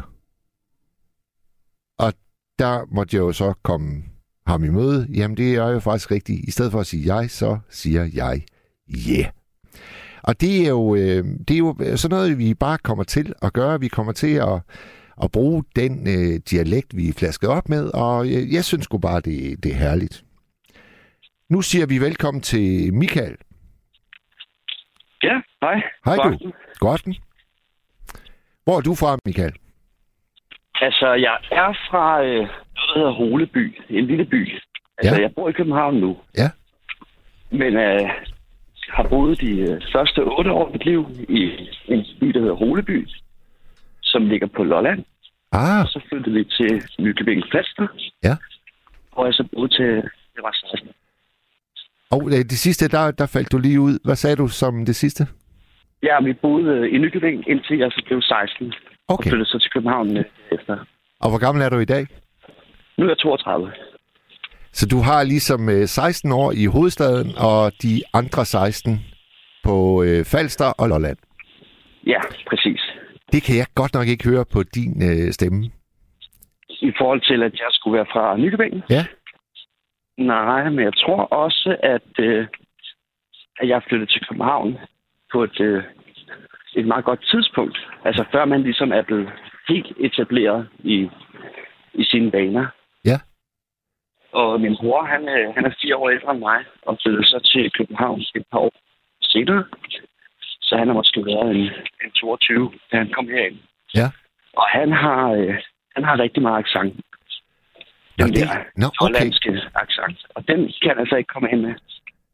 Og der måtte jeg jo så komme ham i møde. Jamen, det er jo faktisk rigtigt. I stedet for at sige jeg, så siger jeg yeah. Og det er jo sådan noget, vi bare kommer til at gøre. Vi kommer til at bruge den dialekt, vi er flasket op med, og jeg synes sgu bare, det er herligt. Nu siger vi velkommen til Michael. Ja, hej. Hej du. Godten. Hvor er du fra, Michael? Altså, jeg er fra noget, der hedder Holeby. En lille by. Altså, jeg bor i København nu. Ja. Men har boet de første 8 år af mit liv i en by, der hedder Holeby, som ligger på Lolland. Og så flyttede vi til Nykøbing Falster. Ja. Og jeg så boede til det var 16. Og det sidste, der faldt du lige ud. Hvad sagde du som det sidste? Ja, vi boede i Nykøbing, indtil jeg så blev 16. Okay. Og flyttede så til København efter. Og hvor gammel er du i dag? Nu er jeg 32. Så du har ligesom 16 år i hovedstaden, og de andre 16 på Falster og Lolland. Ja, præcis. Det kan jeg godt nok ikke høre på din stemme. I forhold til, at jeg skulle være fra Nykøbing? Ja. Nej, men jeg tror også, at jeg flyttede til København på et meget godt tidspunkt. Altså før man ligesom er blevet helt etableret i sine baner. Ja. Og min bror, han er 4 år ældre end mig, og flyttede så til København et par år senere. Så han har måske været en 22, da han kom herind. Ja. Og han har rigtig meget accent. Den hollandske accent. Og den kan han altså ikke komme hen med.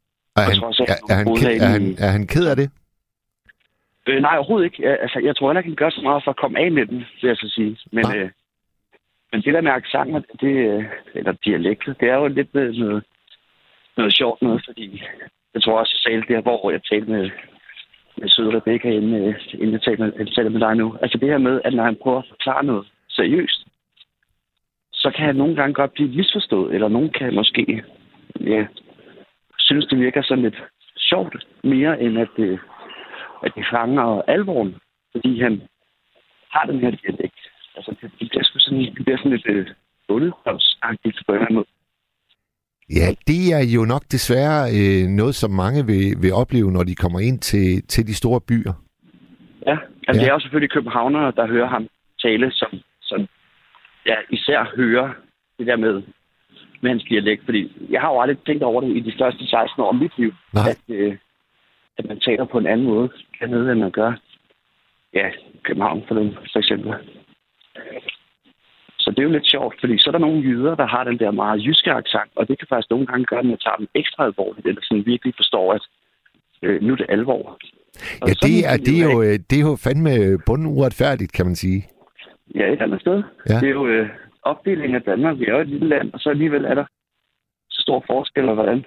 Er han ked af det? Nej, overhovedet ikke. Altså, jeg tror heller ikke, han gør så meget for at komme af med den, vil jeg så sige. Men det der med accenter, eller dialektet, det er jo lidt noget sjovt noget, fordi jeg tror også, jeg sagde det her, hvor jeg talte med søde Rebecca, inden jeg taler med dig nu. Altså det her med, at når han prøver at forklare noget seriøst, så kan han nogle gange godt blive misforstået, eller nogen kan måske synes, det virker sådan lidt sjovt, mere end at det fanger alvoren, fordi han har den her dialekt. Altså det bliver sådan lidt bundedhavsagtigt på en eller anden måde. Ja, det er jo nok desværre noget, som mange vil opleve, når de kommer ind til de store byer. Ja, altså det er jo selvfølgelig københavnere, der hører ham tale, som især hører det der med hans dialekt. Fordi jeg har jo aldrig tænkt over det i de første 16 år af mit liv, at man taler på en anden måde dernede, end man gør København for eksempel. Så det er jo lidt sjovt, fordi så er der nogle jyder, der har den der meget jyske accent, og det kan faktisk nogle gange gøre, at man tager dem ekstra alvorligt, eller sådan virkelig forstår, at nu er det alvor. Og ja, det er jo fandme bunduretfærdigt, kan man sige. Ja, et andet sted. Ja. Det er jo opdelingen af Danmark. Vi er jo et lille land, og så alligevel er der så stor forskel, og hvordan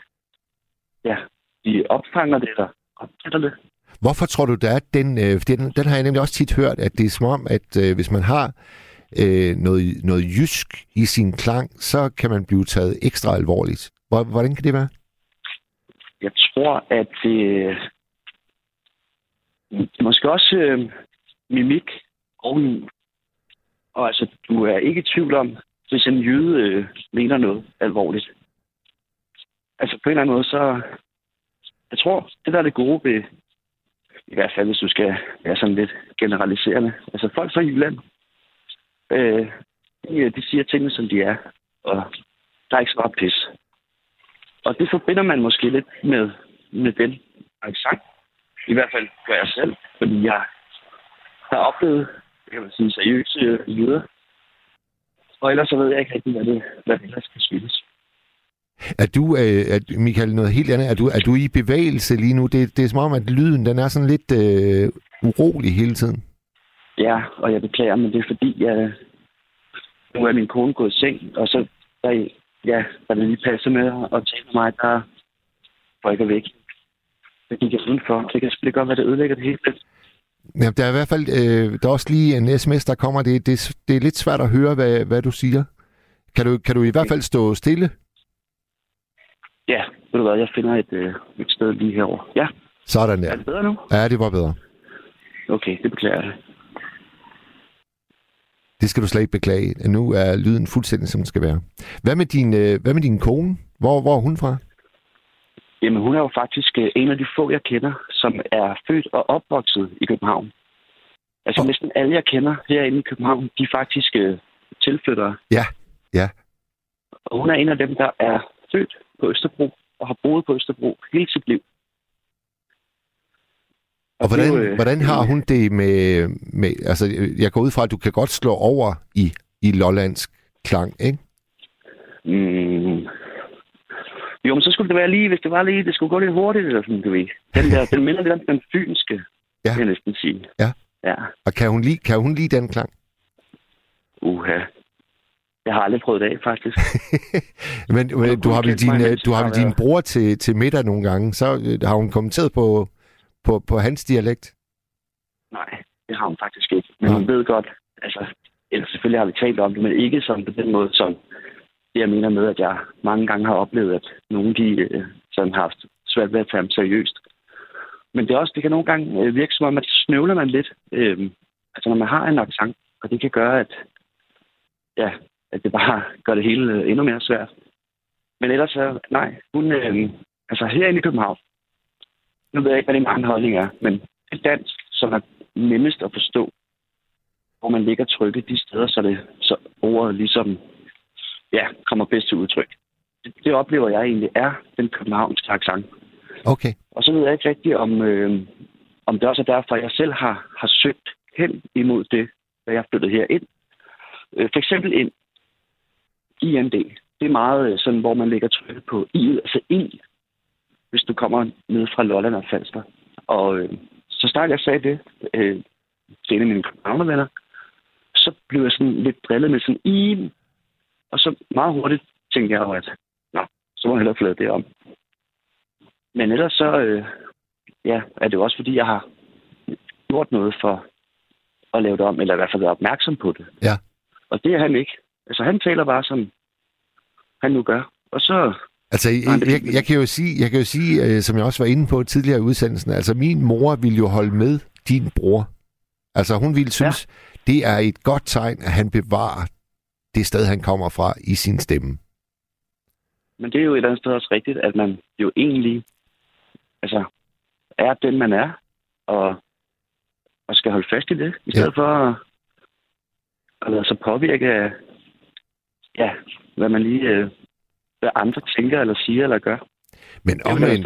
de opfanger det, eller opfatter det. Hvorfor tror du, der er den har jeg nemlig også tit hørt, at det er som om, at hvis man har noget jysk i sin klang, så kan man blive taget ekstra alvorligt. Hvordan kan det være? Jeg tror, at det måske også mimik og altså, du er ikke i tvivl om, hvis en jyde mener noget alvorligt. Altså på en eller anden måde, så jeg tror, det der er det gode ved, i hvert fald hvis du skal være sådan lidt generaliserende. Altså folk fra Jylland, de siger tingene, som de er, og der er ikke så meget pis. Og det forbinder man måske lidt med den accent. I hvert fald gør jeg selv, fordi jeg har oplevet, kan man sige, seriøse jyder. Og ellers så ved jeg ikke rigtig, hvad det ellers skal skyldes. Er du, Michael, noget helt andet? Er du i bevægelse lige nu? Det er som om, at lyden den er sådan lidt urolig hele tiden. Ja, og jeg beklager, men det er fordi, nu er min kone gået i seng, og så der det lige passer med at tale med mig, der rykker væk. Så gik jeg udenfor. Det kan selvfølgelig godt være, det ødelægger det hele. Ja, der er i hvert fald der er også lige en sms, der kommer. Det er lidt svært at høre, hvad du siger. Kan du i hvert fald stå stille? Ja, ved du hvad, jeg finder et sted lige herovre. Ja. Sådan der. Er det bedre nu? Ja, det var bedre. Okay, det beklager jeg. Det skal du slet ikke beklage. Nu er lyden fuldstændig, som den skal være. Hvad med din kone? Hvor er hun fra? Jamen, hun er jo faktisk en af de få, jeg kender, som er født og opvokset i København. Altså næsten alle, jeg kender herinde i København, de er faktisk tilflyttere. Ja. Og hun er en af dem, der er født på Østerbro og har boet på Østerbro hele sit liv. Og hvordan har hun det med altså, jeg går ud fra, at du kan godt slå over i lollandsk klang, ikke? Jo, men så skulle det være lige, hvis det var lige, det skulle gå lidt hurtigt, eller sådan, du ved. Den minder lidt om den fynske, kan jeg næsten sige. Ja. Og kan hun lide den klang? Jeg har aldrig prøvet det af, faktisk. men du har vel din bror til middag nogle gange, så har hun kommenteret på hans dialekt? Nej, det har hun faktisk ikke. Men hun ved godt, altså, selvfølgelig har vi talt om det, men ikke sådan på den måde, som det, jeg mener med, at jeg mange gange har oplevet, at nogle de sådan har haft svært ved at tage dem seriøst. Men det kan nogle gange virke som om, at snøvler man lidt. Altså når man har en accent, og det kan gøre, at det bare gør det hele endnu mere svært. Men ellers nej, hun, altså herinde i København, nu ved jeg ikke, hvad det mange holdning er, men det dansk, som er nemmest at forstå, hvor man ligger trykket de steder, så ordet ligesom kommer bedst til udtryk. Det oplever jeg egentlig er den københavnske accent. Okay. Og så ved jeg ikke rigtigt, om det også er derfor, jeg selv har søgt hen imod det, da jeg flyttede herind. For eksempel ind IND. Det er meget sådan, hvor man lægger trykket på I, altså I, hvis du kommer ned fra Lolland og Falster. Og så snart jeg sagde det til en af mine københavnervenner, så blev jeg sådan lidt drillet med sådan I. Og så meget hurtigt tænkte jeg jo, at så må jeg hellere flade det om. Men ellers så er det jo også, fordi jeg har gjort noget for at lave det om, eller i hvert fald være opmærksom på det. Ja. Og det er han ikke. Altså han taler bare, som han nu gør. Og så... Altså, jeg kan jo sige, som jeg også var inde på tidligere i udsendelsen, altså min mor ville jo holde med din bror. Altså hun ville synes, det er et godt tegn, at han bevarer det sted, han kommer fra i sin stemme. Men det er jo et eller andet sted også rigtigt, at man jo egentlig er den, man er, og skal holde fast i det, i stedet for at lade sig påvirke af, hvad man lige, hvad andre tænker, eller siger, eller gør. Men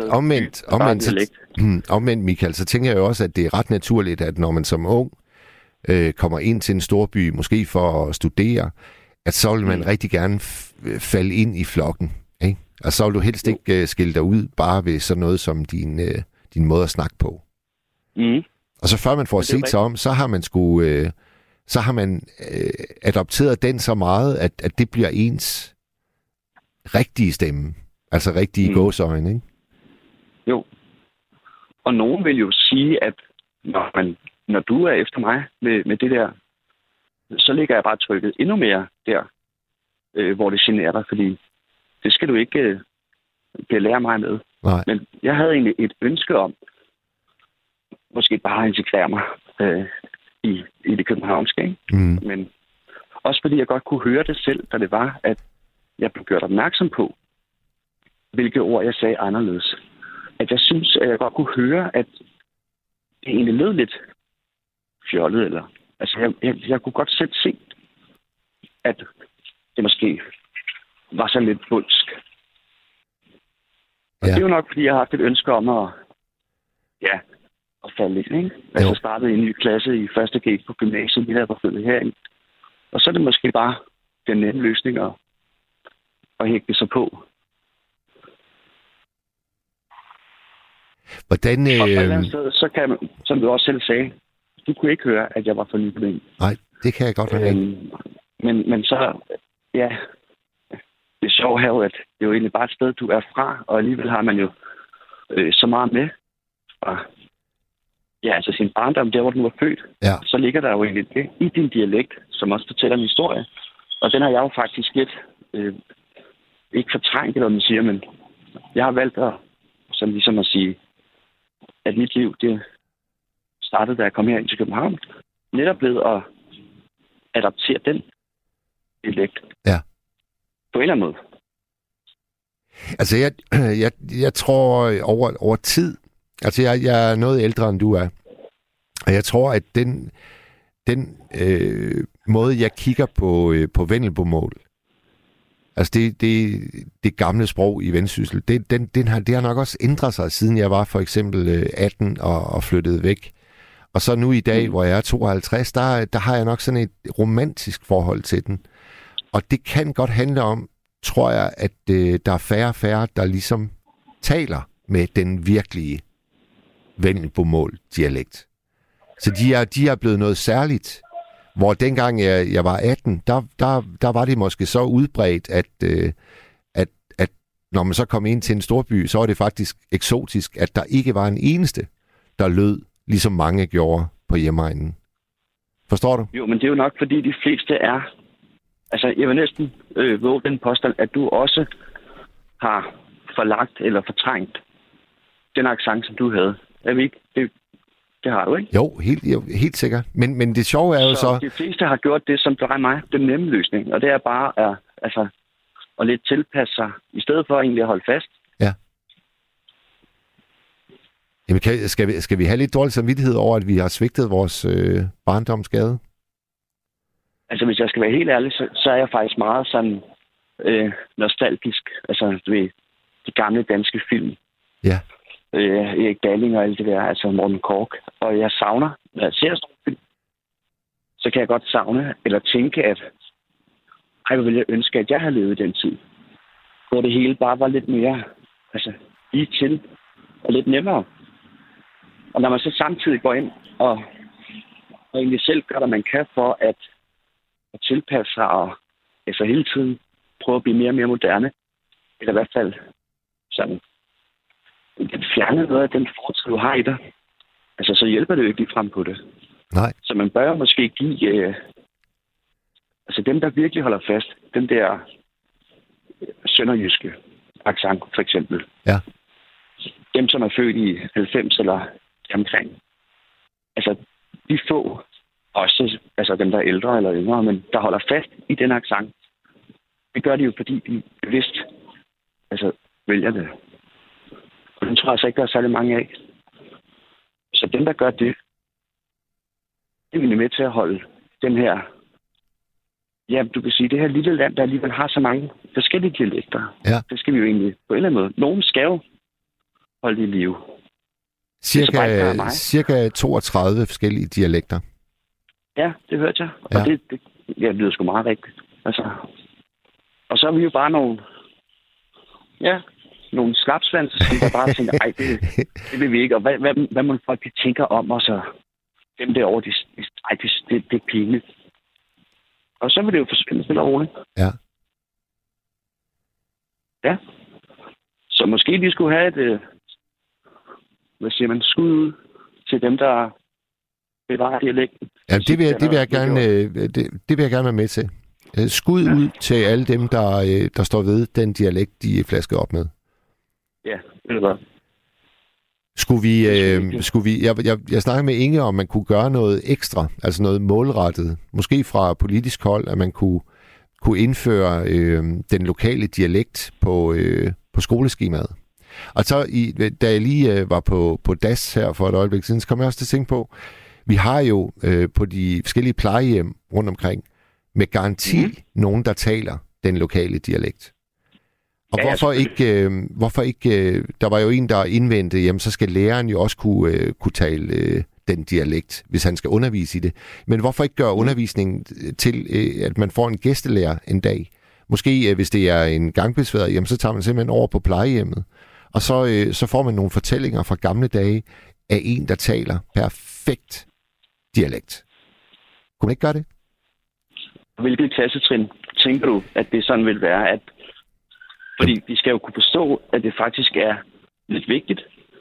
omvendt, Michael, så tænker jeg jo også, at det er ret naturligt, at når man som ung kommer ind til en storby, måske for at studere, at så vil man rigtig gerne falde ind i flokken. Ikke? Og så vil du helst ikke skille dig ud bare ved sådan noget som din måde at snakke på. Mm. Og så før man får set sig om, så har man adopteret den så meget, at det bliver ens rigtige stemme. Altså rigtige gåseøjne, ikke? Jo. Og nogen vil jo sige, at når du er efter mig med det der, så ligger jeg bare trykket endnu mere der, hvor det generer dig, fordi det skal du ikke belære mig med. Nej. Men jeg havde egentlig et ønske om, måske bare at integrere mig i det københavnske, ikke? Mm. Men også fordi jeg godt kunne høre det selv, da det var, at jeg blev gjort opmærksom på, hvilke ord jeg sagde anderledes. At jeg synes, at jeg godt kunne høre, at det egentlig lød lidt fjollet, eller... Altså, jeg kunne godt selv se, at det måske var sådan lidt bulsk. Og det er jo nok, fordi jeg har haft et ønske om at falde lidt, ikke? Altså, jeg startede i en ny klasse i 1. G på gymnasiet, lige der var flyttet herind. Og så er det måske bare den nemme løsning at hægte sig på. Hvordan... Og på et eller andet sted, så kan man, som du også selv sagde, du kunne ikke høre, at jeg var for nybegynding. Nej, det kan jeg godt høre. Men så, det sjove er jo, at det er jo egentlig bare et sted, du er fra, og alligevel har man jo så meget med fra altså sin barndom, der hvor du var født. Ja. Så ligger der jo egentlig det i din dialekt, som også fortæller en historie. Og den har jeg jo faktisk lidt ikke fortrængt, eller hvad man siger, men jeg har valgt at, som ligesom at sige, at mit liv, det startede, da jeg kom her ind til København. Netop ved at adaptere den dialekt. Ja. På en eller anden måde. Altså, jeg tror over tid, altså jeg er noget ældre, end du er, og jeg tror, at den måde, jeg kigger på vendelbomål, altså det gamle sprog i Vendsyssel, det har nok også ændret sig, siden jeg var for eksempel 18 og flyttede væk. Og så nu i dag, hvor jeg er 52, der har jeg nok sådan et romantisk forhold til den. Og det kan godt handle om, tror jeg, at der er færre og færre, der ligesom taler med den virkelige vendelbomål-dialekt. Så de er blevet noget særligt. Hvor dengang jeg var 18, der var det måske så udbredt, at når man så kom ind til en storby, så var det faktisk eksotisk, at der ikke var en eneste, der lød, ligesom mange gjorde på hjemegnen. Forstår du? Jo, men det er jo nok, fordi de fleste er Altså, jeg vil næsten våge den påstand, at du også har forlagt eller fortrængt den accent, som du havde. Er vi ikke? Det har du, ikke? Jo, helt sikkert. Men det sjove er jo så... de fleste har gjort det, som drejer mig, den nemme løsning. Og det er bare at lidt tilpasse sig, i stedet for egentlig at holde fast. Ja. Jamen, skal vi have lidt dårlig samvittighed over, at vi har svigtet vores barndomsgade? Altså, hvis jeg skal være helt ærlig, så er jeg faktisk meget sådan nostalgisk. Altså, ved de gamle danske film. Ja. Erik Balling og alt det der, altså Morten Korch. Og jeg savner, når jeg ser sådan en film, så kan jeg godt savne, eller tænke, at hvor ville jeg ønske, at jeg havde levet i den tid. Hvor det hele bare var lidt mere, lige til, og lidt nemmere. Og når man så samtidig går ind og egentlig selv gør, hvad man kan for at tilpasse sig, og hele tiden prøve at blive mere og mere moderne, eller i hvert fald sådan, fjerne noget af den fortid, du har i dig, så hjælper det jo ikke lige frem på det. Nej. Så man bør måske give, dem, der virkelig holder fast, den der sønderjyske accent, for eksempel. Ja. Dem, som er født i 90 eller omkring. De få, også dem, der er ældre eller yngre, men der holder fast i den accent. Det gør de jo, fordi de bevidst vælger det. Og den tror jeg ikke, der er særlig mange af. Så dem, der gør det, det er med til at holde den her... Ja, du kan sige, det her lille land, der alligevel har så mange forskellige dialekter. Ja. Det skal vi jo egentlig på en eller anden måde. Nogen skal jo holde det i live. Cirka 32 forskellige dialekter. Ja, det hørte jeg. Og det lyder sgu meget rigtigt. Og så er vi jo bare nogle slapsvans, som der bare tænker, det vil vi ikke. Og hvad må folk tænker om os, og dem derovre, det er pinligt. Og så vil det jo forsvinde stille og roligt. Ja. Ja. Så måske de skulle have et, skud ud til dem, der bevarer dialekten. Ja, det vil jeg gerne være med til. Skud ud til alle dem, der står ved den dialekt, de er flasket op med. Ja, det er godt. Jeg snakker med Inge om, man kunne gøre noget ekstra, altså noget målrettet, måske fra politisk hold, at man kunne indføre den lokale dialekt på skoleskemaet. Og så, da jeg lige var på DAS her for et øjeblik siden, så kom jeg også til at tænke på, vi har jo på de forskellige plejehjem rundt omkring, med garanti nogen, der taler den lokale dialekt. Og hvorfor ikke, der var jo en, der indvendte, jamen så skal læreren jo også kunne tale den dialekt, hvis han skal undervise i det. Men hvorfor ikke gøre undervisningen til, at man får en gæstelærer en dag? Måske hvis det er en gangbesværet, jamen så tager man simpelthen over på plejehjemmet. Og så får man nogle fortællinger fra gamle dage af en, der taler perfekt dialekt. Kunne man ikke gøre det? Hvilket klassetrin tænker du, at det sådan vil være? Fordi de skal jo kunne forstå, at det faktisk er lidt vigtigt.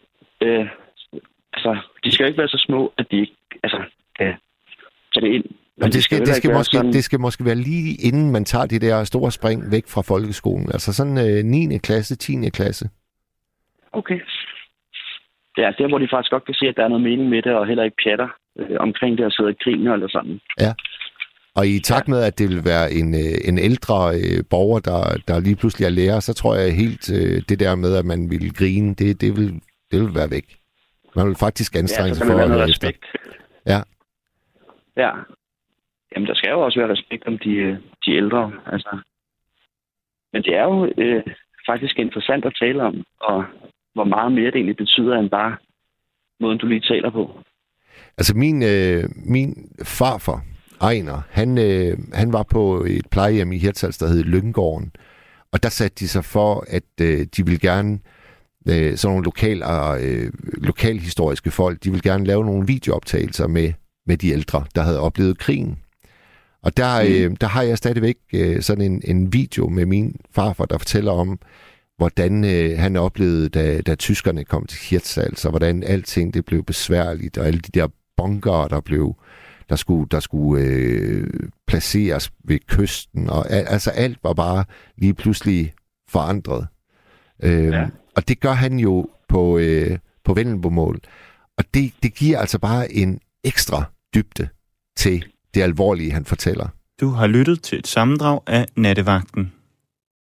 De skal jo ikke være så små, at de ikke kan tage det ind. Men det skal måske være lige inden man tager de der store spring væk fra folkeskolen. Altså sådan 9. klasse, 10. klasse. Okay. Ja, der hvor de faktisk godt kan se, at der er noget mening med det, og heller ikke pjatter omkring det og sidder og griner eller sådan. Ja. Og i takt med, at det vil være en ældre borger, der lige pludselig er lærer, så tror jeg helt det der med, at man vil grine, det vil være væk. Man vil faktisk anstrenge sig for at høre efter. Ja. Ja. Jamen, der skal jo også være respekt om de ældre. Men det er jo faktisk interessant at tale om, og hvor meget mere det egentlig betyder, end bare måden, du lige taler på. Altså, min farfar, Ejner, han var på et plejehjem i Hirtshals, der hed Lyngården. Og der satte de sig for, at de ville gerne, sådan nogle lokalhistoriske folk, de ville gerne lave nogle videooptagelser med de ældre, der havde oplevet krigen. Og der har jeg stadigvæk sådan en video med min farfar, der fortæller om, hvordan han oplevede, da tyskerne kom til Hirtshals, og hvordan alting det blev besværligt, og alle de der bunker, der skulle placeres ved kysten, og altså alt var bare lige pludselig forandret. Og det gør han jo på vendelbomål. Og det giver altså bare en ekstra dybde til det alvorlige, han fortæller. Du har lyttet til et sammendrag af Nattevagten.